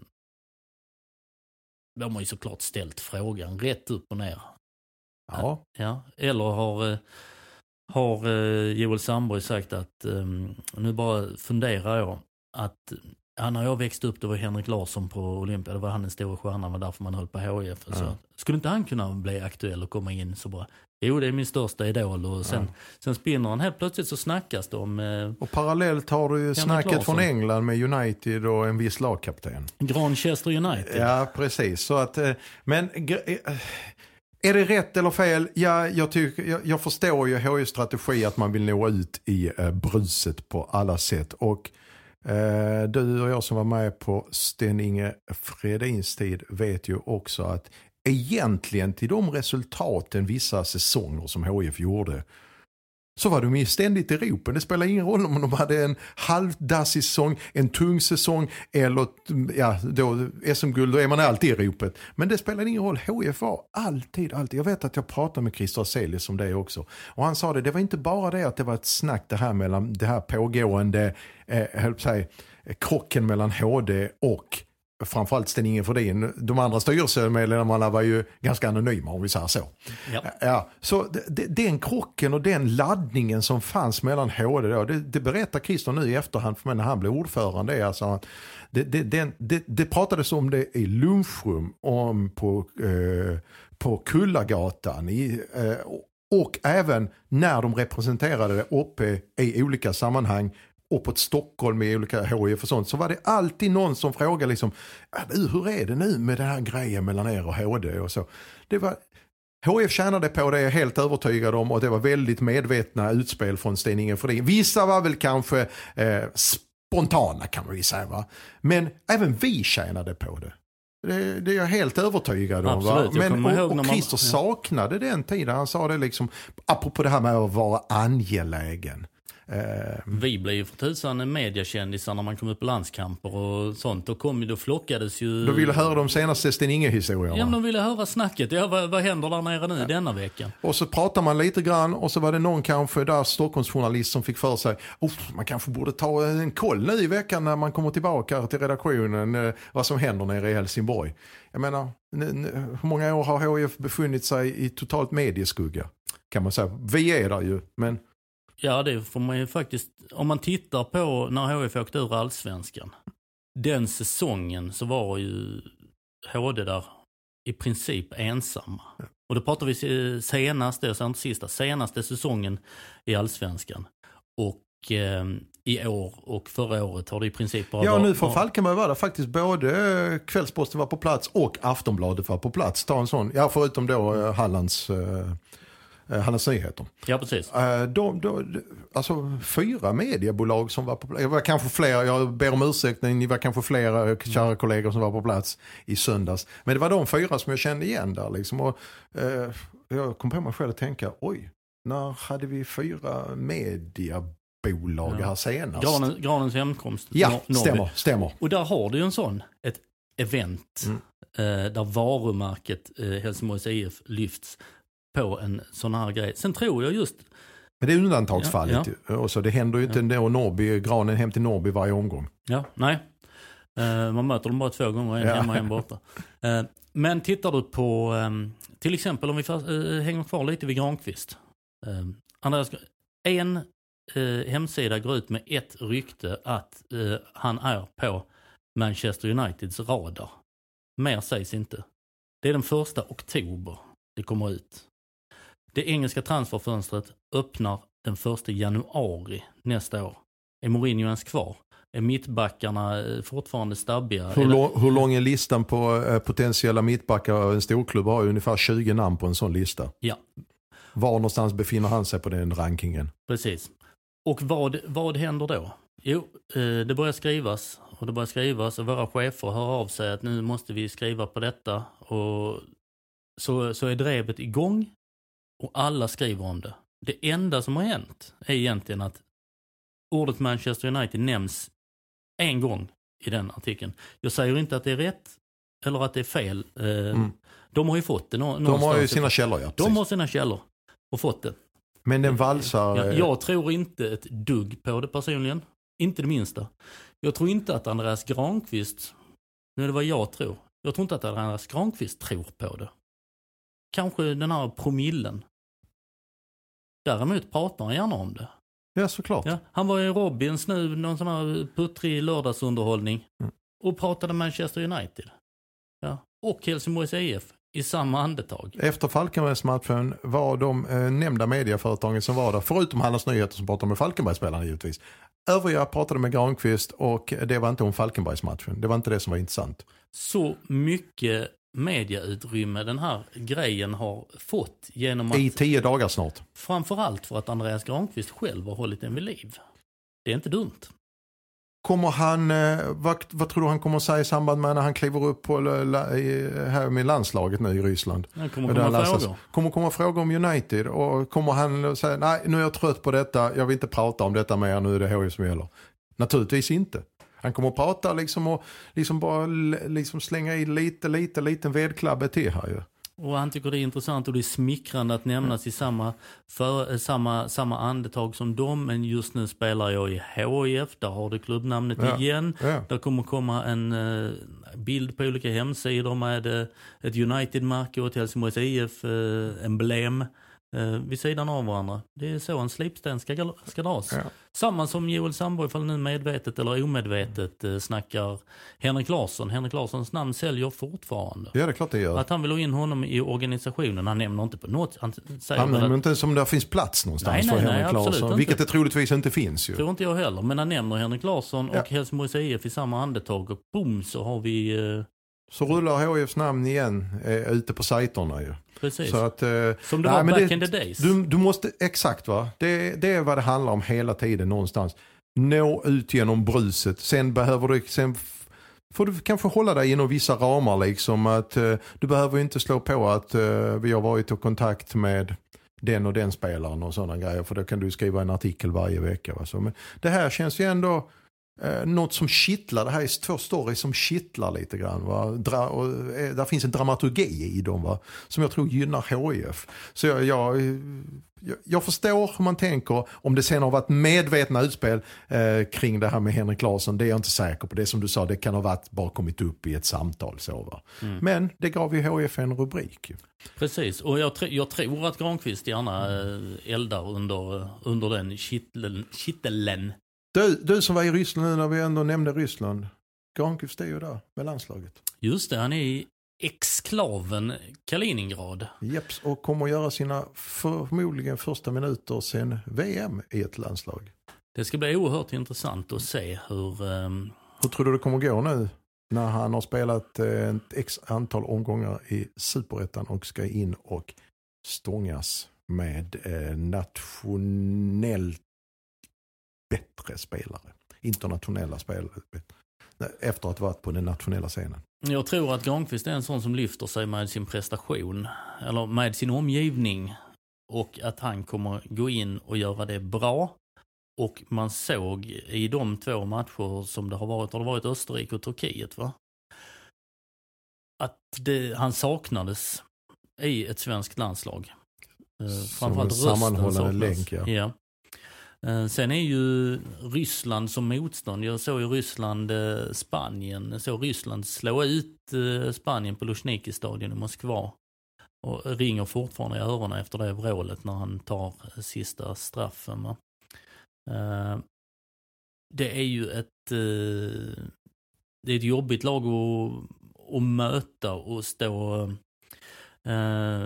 de har ju såklart ställt frågan rätt upp och ner. Ja. Ja. Eller har, har uh, Joel Sandberg sagt att um, nu bara funderar jag att ja, när jag växte upp, det var Henrik Larsson på Olympia. Det var han den stora stjärnan, var därför man höll på H I F. Ja. Så, skulle inte han kunna bli aktuell och komma in så bara, jo det är min största idol. Och sen, ja. sen spinner han helt plötsligt så snackas det om... Eh, och parallellt har du ju snacket Larsson. Från England med United och en viss lagkapten. Granchester United. Ja, precis. Så att, men... Är det rätt eller fel? Ja, jag, tycker, jag, jag förstår ju H I F-strategi att man vill nå ut i eh, bruset på alla sätt. Och eh, du och jag som var med på Sten-Inge Fredins tid vet ju också att egentligen till de resultaten vissa säsonger som H I F gjorde så var de ju ständigt i ropen. Det spelar ingen roll om de hade en halvdassig säsong, en tung säsong eller ja, då S M-guld, då är man alltid i ropet. Men det spelar ingen roll. H I F var alltid, alltid. Jag vet att jag pratade med Christer Aselius om det också. Och han sa det, det var inte bara det att det var ett snack det här mellan det här pågående eh, höll på sig, krocken mellan H D och framförallt Sten-Inge Fredin. De andra styrelsemedlemmarna var ju ganska anonyma om vi säger så. Ja. Ja, så det, den krocken och den laddningen som fanns mellan H D då, det, det berättar Christer nu i efterhand för mig när han blev ordförande. Det, alltså, det, det, det, det, det pratades om det i lunchrum, om på, eh, på Kullagatan i, eh, och även när de representerade det uppe i olika sammanhang uppåt Stockholm med olika H I F och sånt, så var det alltid någon som frågade liksom, hur är det nu med den här grejen mellan er och H D och så. Det var, H I F tjänade på det, är jag helt övertygad om, och det var väldigt medvetna utspel från Sten-Inge Fredin. Vissa var väl kanske eh, spontana kan man ju säga, va? Men även vi tjänade på det. Det, det är jag helt övertygad om. Absolut, va? Men, och, och man, Christer ja. saknade den tiden. Han sa det liksom, apropå det här med att vara angelägen. Vi blev ju för tusan mediekändisar när man kom upp på landskamper och sånt. Då, kom, då flockades ju... Då ville höra de senaste Sten-Inge-historierna. Ja, men de ville höra snacket. Ja, vad, vad händer där nere nu ja. denna veckan? Och så pratar man lite grann och så var det någon kanske där Stockholmsjournalist som fick för sig man kanske borde ta en koll nu i veckan när man kommer tillbaka till redaktionen vad som händer nere i Helsingborg. Jag menar, hur många år har H I F befunnit sig i totalt medieskugga? Kan man säga. Vi är där ju, men... Ja, det får man ju faktiskt... Om man tittar på när H I F åkte ur Allsvenskan. Den säsongen så var ju H D där i princip ensamma. Ja. Och då pratar vi senaste, jag säger inte sista, senaste säsongen i Allsvenskan. Och eh, i år och förra året har det i princip bara... Ja, nu får Falkenberg vara där faktiskt. Både Kvällsposten var på plats och Aftonbladet var på plats. Ta en sån, ja, förutom då eh, Hallands... Eh, Hallands Nyheter. Ja, precis. De, de, alltså fyra mediebolag som var på plats. Det var kanske fler, jag ber om ursäkt, ni var kanske flera kära kollegor som var på plats i söndags. Men det var de fyra som jag kände igen där. Liksom. Och, eh, jag kom på mig själv att tänka, oj, när hade vi fyra mediebolag ja. här senast? Granen, Granens hemkomst. Ja, Nor- stämmer, stämmer. Och där har du ju en sån, ett event mm. eh, där varumärket eh, Helsingborgs I F lyfts på en sån här grej. Sen tror jag just... Men det är undantagsfallet. Ja, ja. Och så det händer ju inte ja. då Norrby, Granen hem till Norrby varje omgång. Ja, nej. Uh, man möter dem bara två gånger, en ja. hemma och en borta. Uh, men tittar du på, um, till exempel om vi fast, uh, hänger kvar lite vid Granqvist. Uh, Andreas, en uh, hemsida går ut med ett rykte att uh, han är på Manchester Uniteds radar. Mer sägs inte. Det är den första oktober det kommer ut. Det engelska transferfönstret öppnar den första januari nästa år. Är Mourinho ens kvar? Är mittbackarna fortfarande stabbiga? Hur, lång, hur lång är listan på eh, potentiella mittbackar? En storklubb har ungefär tjugo namn på en sån lista. Ja. Var någonstans befinner han sig på den rankingen? Precis. Och vad, vad händer då? Jo, eh, det börjar skrivas. Och det börjar skrivas och våra chefer hör av sig att nu måste vi skriva på detta. Och så, så är drevet igång. Och alla skriver om det. Det enda som har hänt är egentligen att ordet Manchester United nämns en gång i den artikeln. Jag säger inte att det är rätt. eller att det är fel. Eh, Mm. De har ju fått det nå- De har ju någonstans. sina källor, ja. De precis. har sina källor och fått det. Men den valsar... Ja, eh, jag tror inte ett dugg på det personligen. Inte det minsta. Jag tror inte att Andreas Granqvist, nu är det vad jag tror. Jag tror inte att Andreas Granqvist tror på det. Kanske den här promillen. Däremot pratar han gärna om det. Ja, såklart. Ja, han var i Robins nu, någon sån här puttrig lördagsunderhållning. Mm. Och pratade Manchester United. Ja. Och Helsingborgs I F i samma andetag. Efter Falkenbergsmatchen var de eh, nämnda medieföretagen som var där, förutom Hallands Nyheter som pratade med Falkenbergsspelarna givetvis. Övriga pratade med Granqvist och det var inte om Falkenbergsmatchen. Det var inte det som var intressant. Så mycket mediautrymme den här grejen har fått genom att... I tio dagar snart. Framförallt för att Andreas Granqvist själv har hållit den vid liv. Det är inte dumt. Kommer han, eh, vad, vad tror du han kommer att säga i samband med när han kliver upp på, la, i, här med landslaget nu i Ryssland? Det kommer komma frågor. Kommer komma frågor om United och kommer han säga nej, nu är jag trött på detta, jag vill inte prata om detta mer, nu är det H I som gäller. Naturligtvis inte. Han kommer att prata liksom och liksom bara liksom slänga i lite, lite, liten vedklabbe till här ju. Och han tycker det är intressant och det är smickrande att nämnas i samma, för, samma, samma andetag som dem. Men just nu spelar jag i H I F, där har du klubbnamnet Ja. igen. Ja. Där kommer komma en uh, bild på olika hemsidor med uh, ett United-märke och ett Helsingborgs I F-emblem. Uh, uh, vid sidan av varandra. Det är så en slipsten ska, ska dras. Ja. Samma som Joel Sandborg, ifall nu medvetet eller omedvetet uh, snackar Henrik Larsson. Henrik Larssons namn säljer fortfarande. Ja, det är klart det gör. Att han vill ha in honom i organisationen. Han nämner inte på något. Han säger Han väl nämner att, inte som det finns plats någonstans Nej, för nej, nej, Henrik absolut Larsson. inte. Vilket det troligtvis inte finns ju. tror inte jag heller. Men han nämner Henrik Larsson och Ja. Helsingborgs I F i samma andetag. Och boom, så har vi... Eh, Så rullar H I Fs namn igen eh, ute på sajterna ju. precis. Så att, eh, som det nej, var men back det- in the days. Du, du måste, exakt va? Det, det är vad det handlar om hela tiden någonstans. Nå ut genom bruset. Sen behöver du, sen f- får du kanske hålla dig inom vissa ramar liksom. Att eh, du behöver ju inte slå på att eh, vi har varit i kontakt med den och den spelaren och sådana grejer. För då kan du skriva en artikel varje vecka. Va? Så, men det här känns ju ändå eh, något som kittlar. Det här är två stories som kittlar lite grann. Va? Dra, och, eh, där finns en dramaturgi i dem va? Som jag tror gynnar H I F. Så jag, jag, jag, jag förstår hur man tänker. Om det sen har varit medvetna utspel eh, kring det här med Henrik Larsson, det är jag inte säker på. Det som du sa, det kan ha varit bara kommit upp i ett samtal. Så, va? Mm. Men det gav ju H I F en rubrik. Ju. Precis. Och jag, tr- jag tror att Granqvist gärna eh, eldar under, under den kitteln. kitteln. Du, du som var i Ryssland nu när vi ändå nämnde Ryssland. Granqvist är ju där med landslaget. Just det, han är i exklaven Kaliningrad. Jeps, och kommer att göra sina förmodligen första minuter sen V M i ett landslag. Det ska bli oerhört intressant att se hur... ehm, Hur tror du det kommer gå nu när han har spelat eh, ett x antal omgångar i Superettan och ska in och stångas med eh, nationellt bättre spelare, internationella spelare, efter att ha varit på den nationella scenen? Jag tror att Granqvist är en sån som lyfter sig med sin prestation eller med sin omgivning och att han kommer gå in och göra det bra. Och man såg i de två matcher som det har varit, har det varit Österrike och Turkiet va? Att det, han saknades i ett svenskt landslag. Eh, Som framförallt en rösten sammanhållande saknas. länk, ja. Ja. Eh, Sen är ju Ryssland som motstånd. Jag såg ju Ryssland, eh, Spanien. Jag såg Ryssland slå ut eh, Spanien på Luzhniki-stadion i Moskva. Och ringer fortfarande i öronen efter det vrålet när han tar sista straffen. Va? Eh, Det är ju ett, eh, det är ett jobbigt lag att, att möta och stå... eh,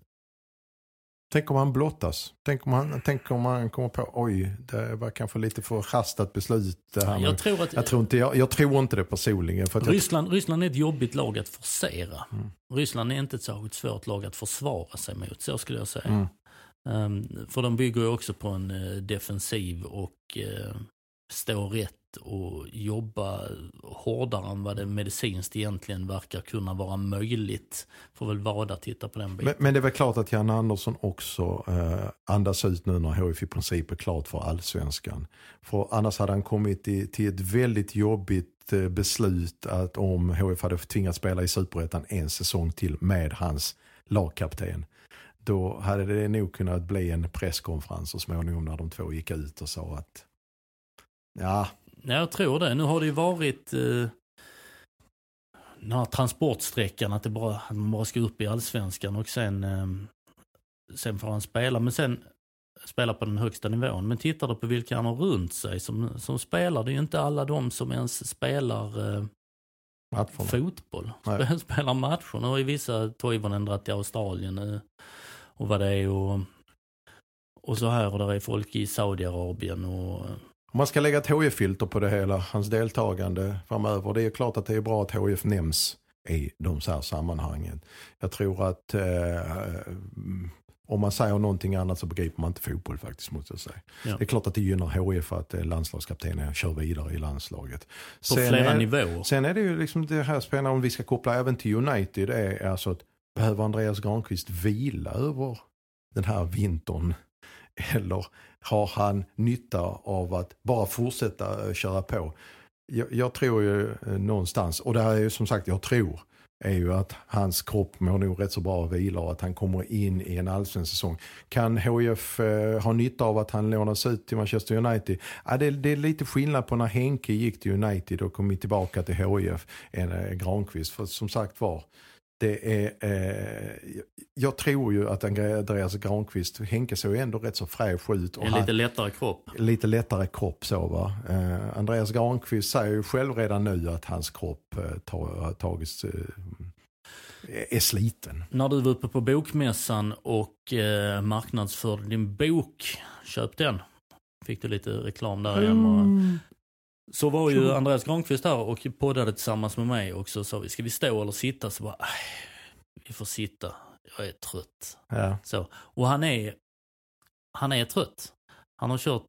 Tänk om han blottas. Tänk om han, tänk om han kommer på, oj, det var kanske lite för hastat beslut. Det här med, jag, tror att, jag, tror inte, jag, jag tror inte det personligen. För att jag, Ryssland, Ryssland är ett jobbigt lag att forcera. Mm. Ryssland är inte ett särskilt svårt lag att försvara sig mot, så skulle jag säga. Mm. Um, för de bygger ju också på en uh, defensiv och uh, stå rätt och jobba hårdare än vad det medicinskt egentligen verkar kunna vara möjligt. Får väl vara titta på den biten. Men, men det är väl klart att Jan Andersson också eh, andas ut nu när H F i princip är klart för allsvenskan. För annars hade han kommit i, till ett väldigt jobbigt eh, beslut att om H F hade tvingats spela i Superettan en säsong till med hans lagkapten. Då hade det nog kunnat bli en presskonferens så småningom när de två gick ut och sa att ja. Jag tror det. Nu har det ju varit eh, den här transportsträckan att det bara, att man bara ska upp i allsvenskan och sen, eh, sen får han spela. Men sen spela på den högsta nivån. Men tittar du på vilka han har runt sig som, som spelar, det är ju inte alla de som ens spelar eh, fotboll. Nej. Spelar matcher. Nu har ju vissa Toivonen dratt till Australien eh, och vad det är och, och så här och där är folk i Saudiarabien och om man ska lägga ett H F-filter på det hela, hans deltagande framöver, det är klart att det är bra att H F nämns i de så här sammanhangen. Jag tror att eh, om man säger någonting annat så begriper man inte fotboll faktiskt, måste jag säga. Ja. Det är klart att det gynnar H F att eh, landslagskaptenen kör vidare i landslaget. På sen flera är, nivåer. Sen är det ju liksom det här spännande om vi ska koppla även till United, det är alltså att behöver Andreas Granqvist vila över den här vintern? Eller har han nytta av att bara fortsätta köra på? Jag, jag tror ju eh, någonstans, och det här är ju som sagt jag tror, är ju att hans kropp mår nog rätt så bra att vila och att han kommer in i en allsvensk säsong. Kan H F eh, ha nytta av att han lånas ut till Manchester United? Ja, det, det är lite skillnad på när Henke gick till United och kom tillbaka till H F än eh, Granqvist. För som sagt var, det är, eh, jag tror ju att Andreas Granqvist, Henke såg ändå rätt så fräsch ut. Och en lite lättare kropp. Lite lättare kropp så va. Eh, Andreas Granqvist säger ju själv redan nu att hans kropp eh, tar, tagits, eh, är sliten. När du var uppe på bokmässan och eh, marknadsförde din bok, köp den. Fick du lite reklam där igen och mm. Så var ju Andreas Granqvist här och poddade tillsammans med mig och så sa vi, ska vi stå eller sitta? Så bara, vi får sitta. Jag är trött. Ja. Så, och han är han är trött. Han har kört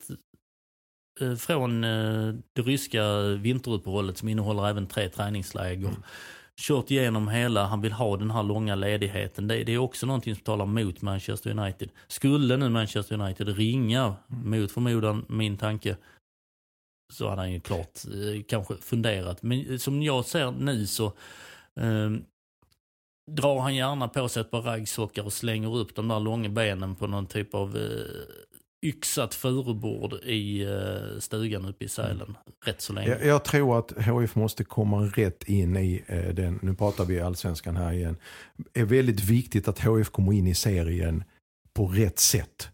eh, från eh, det ryska vinteruppehållet som innehåller även tre träningsläger. Mm. Kört igenom hela, han vill ha den här långa ledigheten. Det, det är också någonting som talar mot Manchester United. Skulle nu Manchester United ringa mm. mot förmodan, min tanke, så hade han ju klart eh, kanske funderat. Men som jag ser nu så eh, drar han gärna på sig ett par raggsockar och slänger upp de där långa benen på någon typ av eh, yxat furubord i eh, stugan uppe i Sälen. Mm. Rätt så länge. Jag, jag tror att H F måste komma rätt in i eh, den, nu pratar vi allsvenskan här igen. Det är väldigt viktigt att H F kommer in i serien på rätt sätt.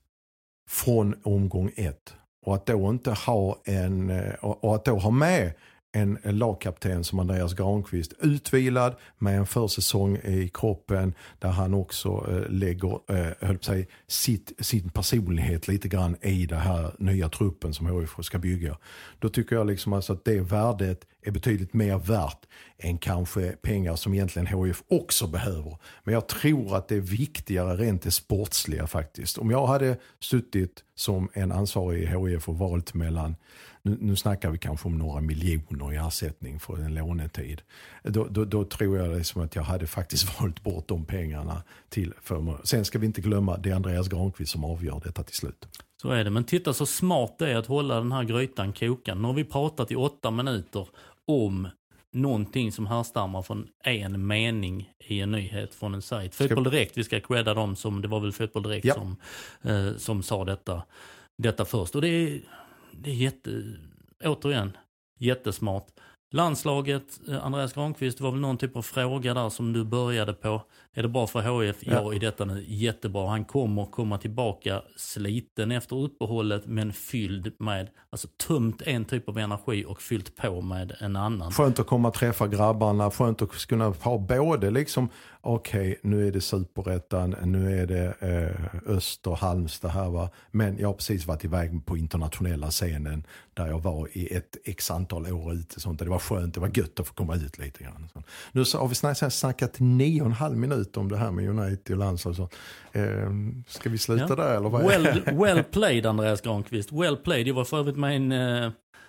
Från omgång ett. Och att då inte ha en och att då ha med en lagkapten som Andreas Granqvist utvilad med en försäsong i kroppen där han också eh, lägger eh, höll på sig, sitt, sin personlighet lite grann i det här nya truppen som H F ska bygga. Då tycker jag liksom alltså att det värdet är betydligt mer värt än kanske pengar som egentligen H F också behöver. Men jag tror att det är viktigare rent det sportsliga faktiskt. Om jag hade suttit som en ansvarig i H F och valt mellan, nu, nu snackar vi kanske om några miljoner i ersättning för en lånetid. Då, då, då tror jag det som att jag hade faktiskt valt bort de pengarna till förmån. Sen ska vi inte glömma, det är Andreas Granqvist som avgör detta till slut. Så är det, men titta så smart det är att hålla den här grytan kokan. Nu har vi pratat i åtta minuter om någonting som härstammar från en mening i en nyhet från en sajt. Fotboll Direkt, vi ska credda dem som, det var väl Fotboll Direkt ja. som, eh, som sa detta, detta först. Och det är, det är jätte, återigen, jättesmart. Landslaget, Andreas Granqvist, det var väl någon typ av fråga där som du började på. Är det bra för H F? Ja, ja i detta nu. Jättebra. Han kommer komma tillbaka sliten efter uppehållet men fylld med, alltså tömt en typ av energi och fyllt på med en annan. Skönt att komma och träffa grabbarna. Skönt att kunna ha både liksom, okej, okay, nu är det Superettan, nu är det eh, Öster, Halmstad här va. Men jag har precis varit iväg på internationella scenen där jag var i ett x antal år ute. Sånt. Det var skönt, det var gött att få komma ut lite grann. Nu så har vi snackat, snackat nio och en halv minut om det här med United och landslag. Så, eh, ska vi sluta ja. där eller vad? Well, well played Andreas Granqvist. Well played. Det var för övrigt med en,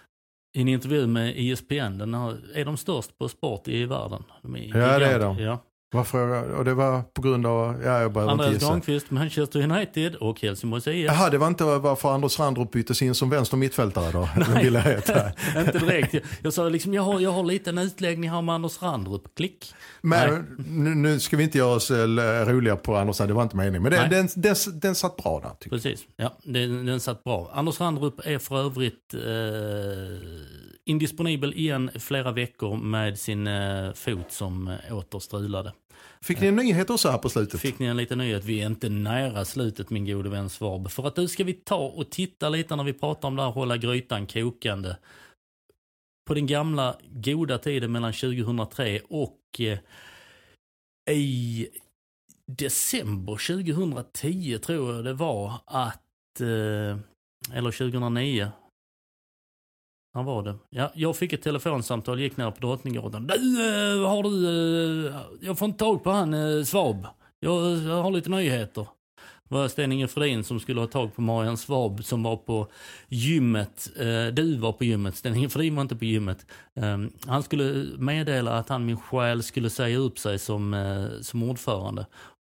i en intervju med E S P N, den har, är de störst på sport i världen. De är ja, det är de. Ja. Varför? Och det var på grund av... Ja, jag bara Andreas Granqvist, Manchester United och Helsingborgs I F. Jaha, det var inte varför Anders Randrup byttes in som vänster mittfältare då? Nej, vill jag inte direkt. Jag, jag sa liksom, jag har, jag har lite en utläggning här med Anders Randrup. Klick. Men nu, nu ska vi inte göra oss roliga på Anders, det var inte meningen. Men den, den, den, den satt bra där, tycker jag. Precis, ja, den, den satt bra. Anders Randrup är för övrigt eh, indisponibel igen flera veckor med sin eh, fot som återstrulade. Fick ni en nyhet också här på slutet? Fick ni en liten nyhet? Vi är inte nära slutet, min gode vän Svarb. För att nu ska vi ta och titta lite när vi pratar om det här, hålla grytan kokande. På den gamla goda tiden mellan tjugohundratre och eh, i december tjugohundratio tror jag det var att, eh, eller tjugohundranio. Han var det. Ja, jag fick ett telefonsamtal, gick ner på Drottninggatan. Du, äh, har du... Äh, jag får inte tag på han äh, Svab. Jag, jag har lite nyheter. Det var Sten-Inge Fredin som skulle ha tag på Marian Svab som var på gymmet. Äh, du var på gymmet. Sten-Inge Fredin var inte på gymmet. Äh, han skulle meddela att han min själ skulle säga upp sig som, äh, som ordförande.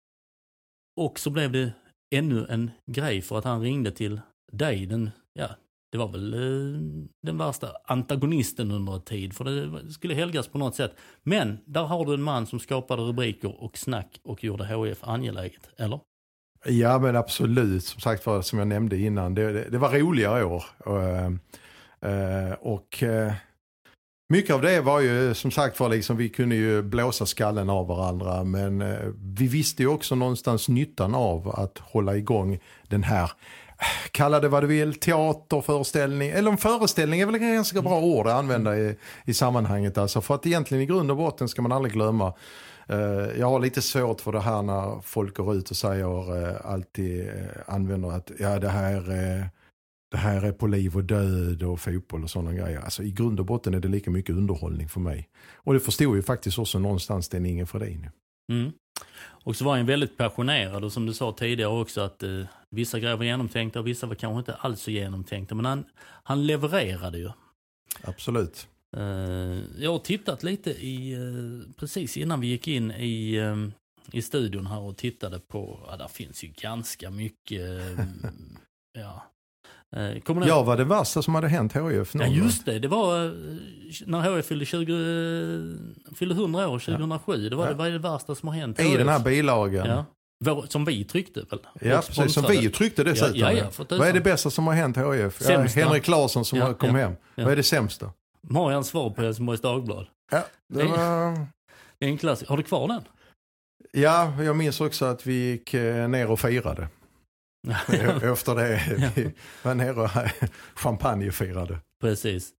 Och så blev det ännu en grej för att han ringde till dig. Den, ja... Det var väl eh, den värsta antagonisten under en tid. För det skulle helgas på något sätt. Men där har du en man som skapade rubriker och snack och gjorde H I F angeläget, eller? Ja, men absolut. Som sagt, för, som jag nämnde innan. Det, det, det var roliga år. Och, eh, och eh, mycket av det var ju som sagt för liksom, vi kunde ju blåsa skallen av varandra. Men eh, vi visste ju också någonstans nyttan av att hålla igång den här, kalla det vad du vill, teaterföreställning, eller en föreställning är väl en ganska bra ord att använda i, i sammanhanget. Alltså, för att egentligen i grund och botten ska man aldrig glömma. Uh, jag har lite svårt för det här när folk går ut och säger uh, alltid uh, använder att ja, det här uh, det här är på liv och död och fotboll och sådana grejer. Alltså i grund och botten är det lika mycket underhållning för mig. Och det förstod ju faktiskt också någonstans den ingen för dig nu. Mm. Och så var han väldigt passionerad och som du sa tidigare också att eh, vissa grejer var genomtänkta och vissa var kanske inte alls så genomtänkta. Men han, han levererade ju. Absolut. Eh, jag har tittat lite i, eh, precis innan vi gick in i, eh, i studion här och tittade på, ja där finns ju ganska mycket, eh, ja. Eh, kommer det... Ja, var det värsta som hade hänt H I F? Ja just det, det var eh, när H I F fyllde, tjugo, fyllde hundra år tjugohundrasju, ja. Det var ja. det, var det värsta som har hänt. I den här bilagan. Ja. Vår, som vi tryckte väl? Ja, precis, som vi tryckte dessutom. Ja, ja, ja, vad är det bästa som har hänt H I F? Ja, Henrik Larsson som ja, kom ja, hem. Ja. Vad är det sämsta? Marian Svab på Helsingborgs Dagblad. Ja, det var... Det är en klass. Har du kvar den? Ja, jag minns också att vi gick ner och firade. Efter det vi var nere och champagne firade. Precis.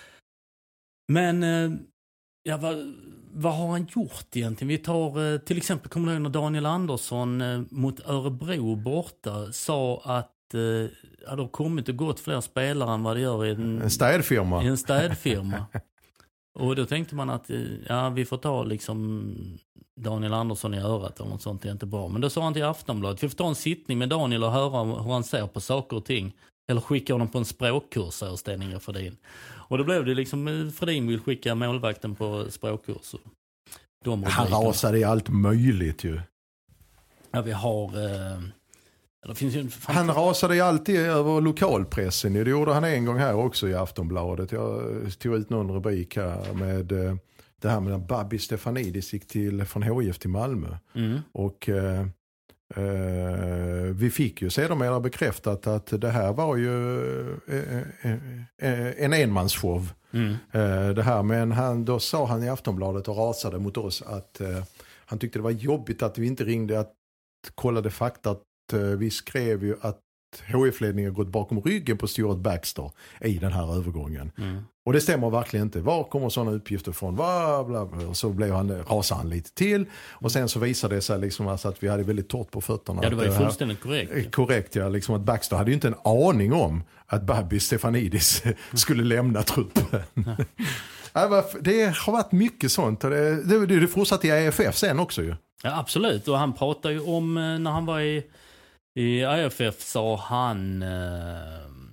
Men ja, vad, vad har han gjort egentligen? Vi tar till exempel, kommer du ihåg när Daniel Andersson mot Örebro borta sa att ja, det har kommit och gått fler spelare än vad det gör i en, en städfirma. I en städfirma. Och då tänkte man att ja, vi får ta liksom Daniel Andersson i örat eller något sånt, det är inte bra. Men då sa han till Aftonbladet, vi får ta en sittning med Daniel och höra hur han ser på saker och ting. Eller skicka honom på en språkkurs, säger Sten-Inge Fredin. Och då blev det liksom, Fredin vill skicka målvakten på språkkurs. Han rasade i allt möjligt ju. Ja, vi har... Eh, det finns ju en fant- han rasade ju alltid över lokalpressen. Det gjorde han en gång här också i Aftonbladet. Jag tog ut någon rubrik här med eh, det här med när Babi Stefanidis gick till, från H I F till Malmö. Mm. Och... Eh, Uh, vi fick ju sedermera bekräftat att det här var ju uh, uh, uh, en enmansshow. Mm. Uh, det här, men han, då sa han i Aftonbladet och rasade mot oss att uh, han tyckte det var jobbigt att vi inte ringde att kollade fakta. Att uh, vi skrev ju att H F-ledningen gått bakom ryggen på Stuart Baxter i den här övergången. Mm. Och det stämmer verkligen inte. Var kommer sådana uppgifter från? Bla, bla, bla. Och så blev han, rasade han lite till. Och sen så visade det sig liksom alltså att vi hade väldigt torrt på fötterna. Ja, det var ju att, fullständigt korrekt. Korrekt, ja. Liksom att Baxter hade ju inte en aning om att Babi Stefanidis skulle lämna truppen. Ja. Det har varit mycket sånt. Och det, det, det fortsatte i A F F sen också ju. Ja, absolut. Och han pratade ju om när han var i I A F F sa han,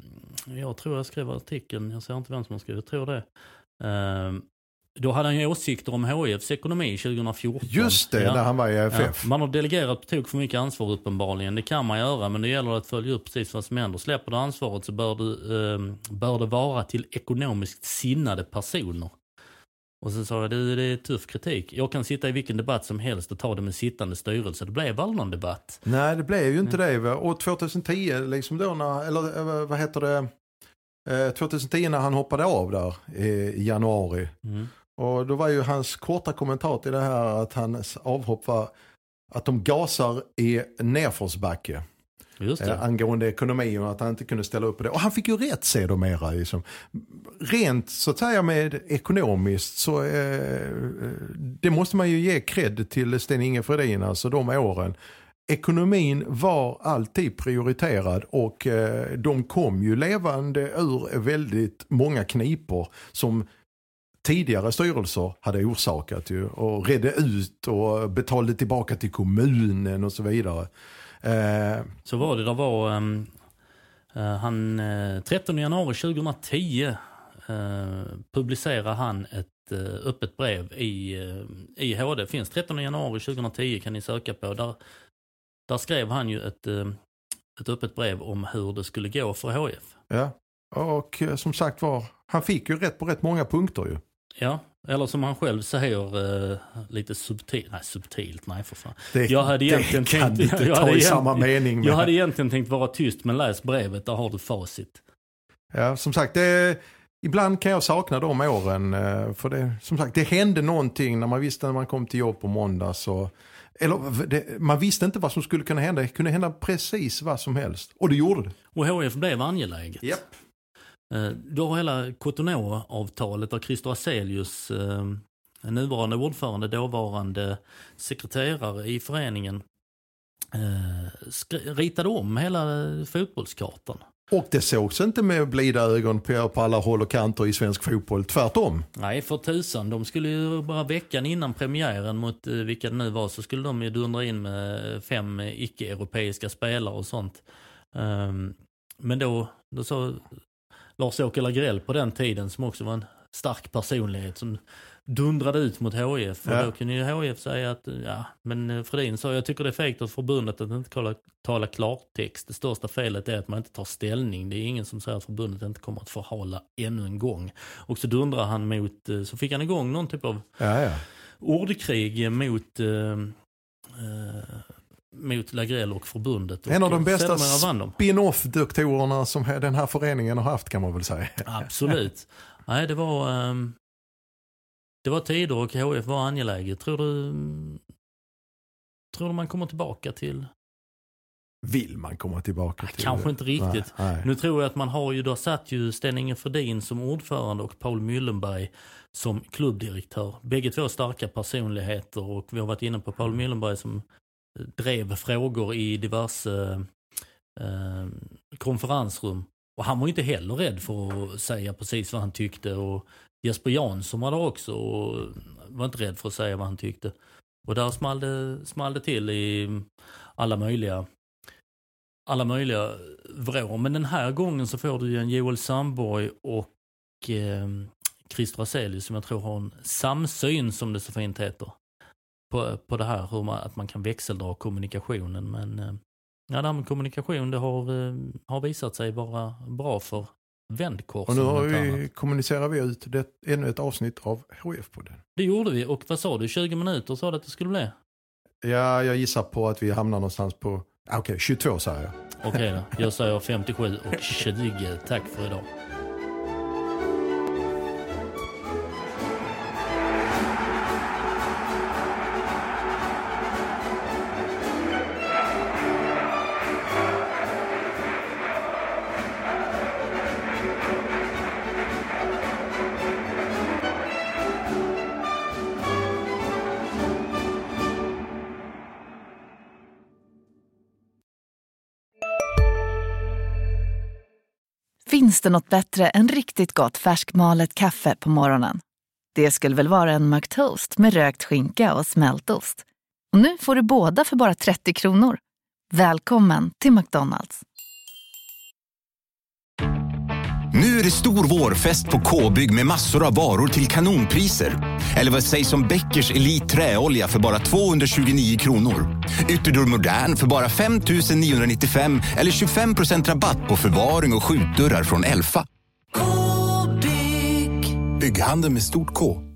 Jag tror jag skrev artikeln, jag ser inte vem som har skrivit, jag tror det. Uh, då hade han ju åsikter om H I F:s ekonomi tjugohundrafjorton. Just det, ja. När han var i F F. Ja. Man har delegerat på tok för mycket ansvar uppenbarligen. Det kan man göra, men det gäller att följa upp precis vad som händer. Släpper du ansvaret så bör, du, uh, bör det vara till ekonomiskt sinnade personer. Och så sa jag, det, det är tuff kritik. Jag kan sitta i vilken debatt som helst och ta det med sittande styrelse. Det blev aldrig någon debatt. Nej, det blev ju inte mm. det. Och tjugohundratio, liksom då när, eller vad heter det, eh, tjugohundratio när han hoppade av där i januari. Mm. Och då var ju hans korta kommentar till det här att hans avhopp var att de gasar i nedförsbacke. Just det. Eh, angående ekonomi och att han inte kunde ställa upp på det. Och han fick ju rätt se då mera. Liksom. Rent så att säga med ekonomiskt så eh, det måste man ju ge cred till Sten-Inge Fredin, alltså de åren. Ekonomin var alltid prioriterad och eh, de kom ju levande ur väldigt många knipor som tidigare styrelser hade orsakat ju, och redde ut och betalade tillbaka till kommunen och så vidare. Eh, så var det, där var um, uh, han uh, trettonde januari tjugohundratio uh, publicerade han ett uh, öppet brev i, uh, i H D. Finns trettonde januari tjugohundratio, kan ni söka på. Där, där skrev han ju ett, uh, ett öppet brev om hur det skulle gå för H F. Ja, och uh, som sagt var, han fick ju rätt på rätt många punkter ju. Ja, eller som han själv säger uh, lite subtilt, nej subtilt, nej för fan. Det, jag hade egentligen det kan tänkt, inte jag ta hade i samma mening. Med. Jag hade egentligen tänkt vara tyst, men läs brevet, där har du facit. Ja, som sagt, det, ibland kan jag sakna de åren, för det, som sagt, det hände någonting när man visste när man kom till jobb på måndag så, eller det, man visste inte vad som skulle kunna hända, det kunde hända precis vad som helst, och det gjorde det. Och H F blev angeläget. Japp. Då har hela Cotonou-avtalet där Christer Aselius, eh, nuvarande ordförande, dåvarande sekreterare i föreningen, eh, ritade om hela fotbollskartan. Och det sågs inte med blida ögon på, på alla håll och kanter i svensk fotboll, tvärtom. Nej, för tusan. De skulle ju bara veckan innan premiären mot eh, vilka det nu var, så skulle de ju dundra in med fem icke-europeiska spelare och sånt. Um, men då, då så... Lars-Åke Lagrell på den tiden, som också var en stark personlighet, som dundrade ut mot H I F. Och ja. Då kunde ju H I F säga att, ja, men Fredin sa, jag tycker det är fegt att förbundet att inte tala klartext. Det största felet är att man inte tar ställning. Det är ingen som säger att förbundet inte kommer att förhala ännu en gång. Och så dundrar han mot, så fick han igång någon typ av ja, ja. ordkrig mot... Uh, uh, mot Lagrell och förbundet. En av de bästa spin-off-doktorerna som den här föreningen har haft, kan man väl säga. Absolut. Nej, det var um, det var tider och H F var angeläget. Tror du tror du man kommer tillbaka till? Vill man komma tillbaka till? Kanske det? inte riktigt. Nej, nej. Nu tror jag att man har ju då satt ju Sten-Inge Fredin som ordförande och Paul Müllenberg som klubbdirektör. Bägge två starka personligheter, och vi har varit inne på Paul Müllenberg som drev frågor i diverse eh, konferensrum. Och han var ju inte heller rädd för att säga precis vad han tyckte. Och Jesper Jansson var där också och var inte rädd för att säga vad han tyckte. Och där small det, small det till i alla möjliga alla möjliga vrår. Men den här gången så får du ju en Joel Sandborg och eh, Christer Aselius som jag tror har en samsyn, som det så fint heter. På, på det här, hur man, att man kan växeldra kommunikationen. Men eh, ja, det här med kommunikation, det har, eh, har visat sig vara bra för vändkorsen. Och nu har vi, kommunicerar vi ut det, ännu ett avsnitt av H F-podden. Det gjorde vi, och vad sa du? tjugo minuter sa du att det skulle bli? Ja, jag gissar på att vi hamnar någonstans på, okej, okay, tjugotvå säger jag. Okej okay, då, jag säger femtiosju och tjugo. Tack för idag. Finns det något bättre än riktigt gott färskmalet kaffe på morgonen? Det skulle väl vara en McToast med rökt skinka och smältost. Och nu får du båda för bara trettio kronor. Välkommen till McDonald's. Nu är det stor vårfest på K-bygg med massor av varor till kanonpriser. Eller vad sägs om Bäckers Elite träolja för bara tvåhundratjugonio kronor. Ytterdörr Modern för bara fem tusen niohundranittiofem eller tjugofem procent rabatt på förvaring och skjutdörrar från Elfa. K-bygg. Bygghandel med stort K.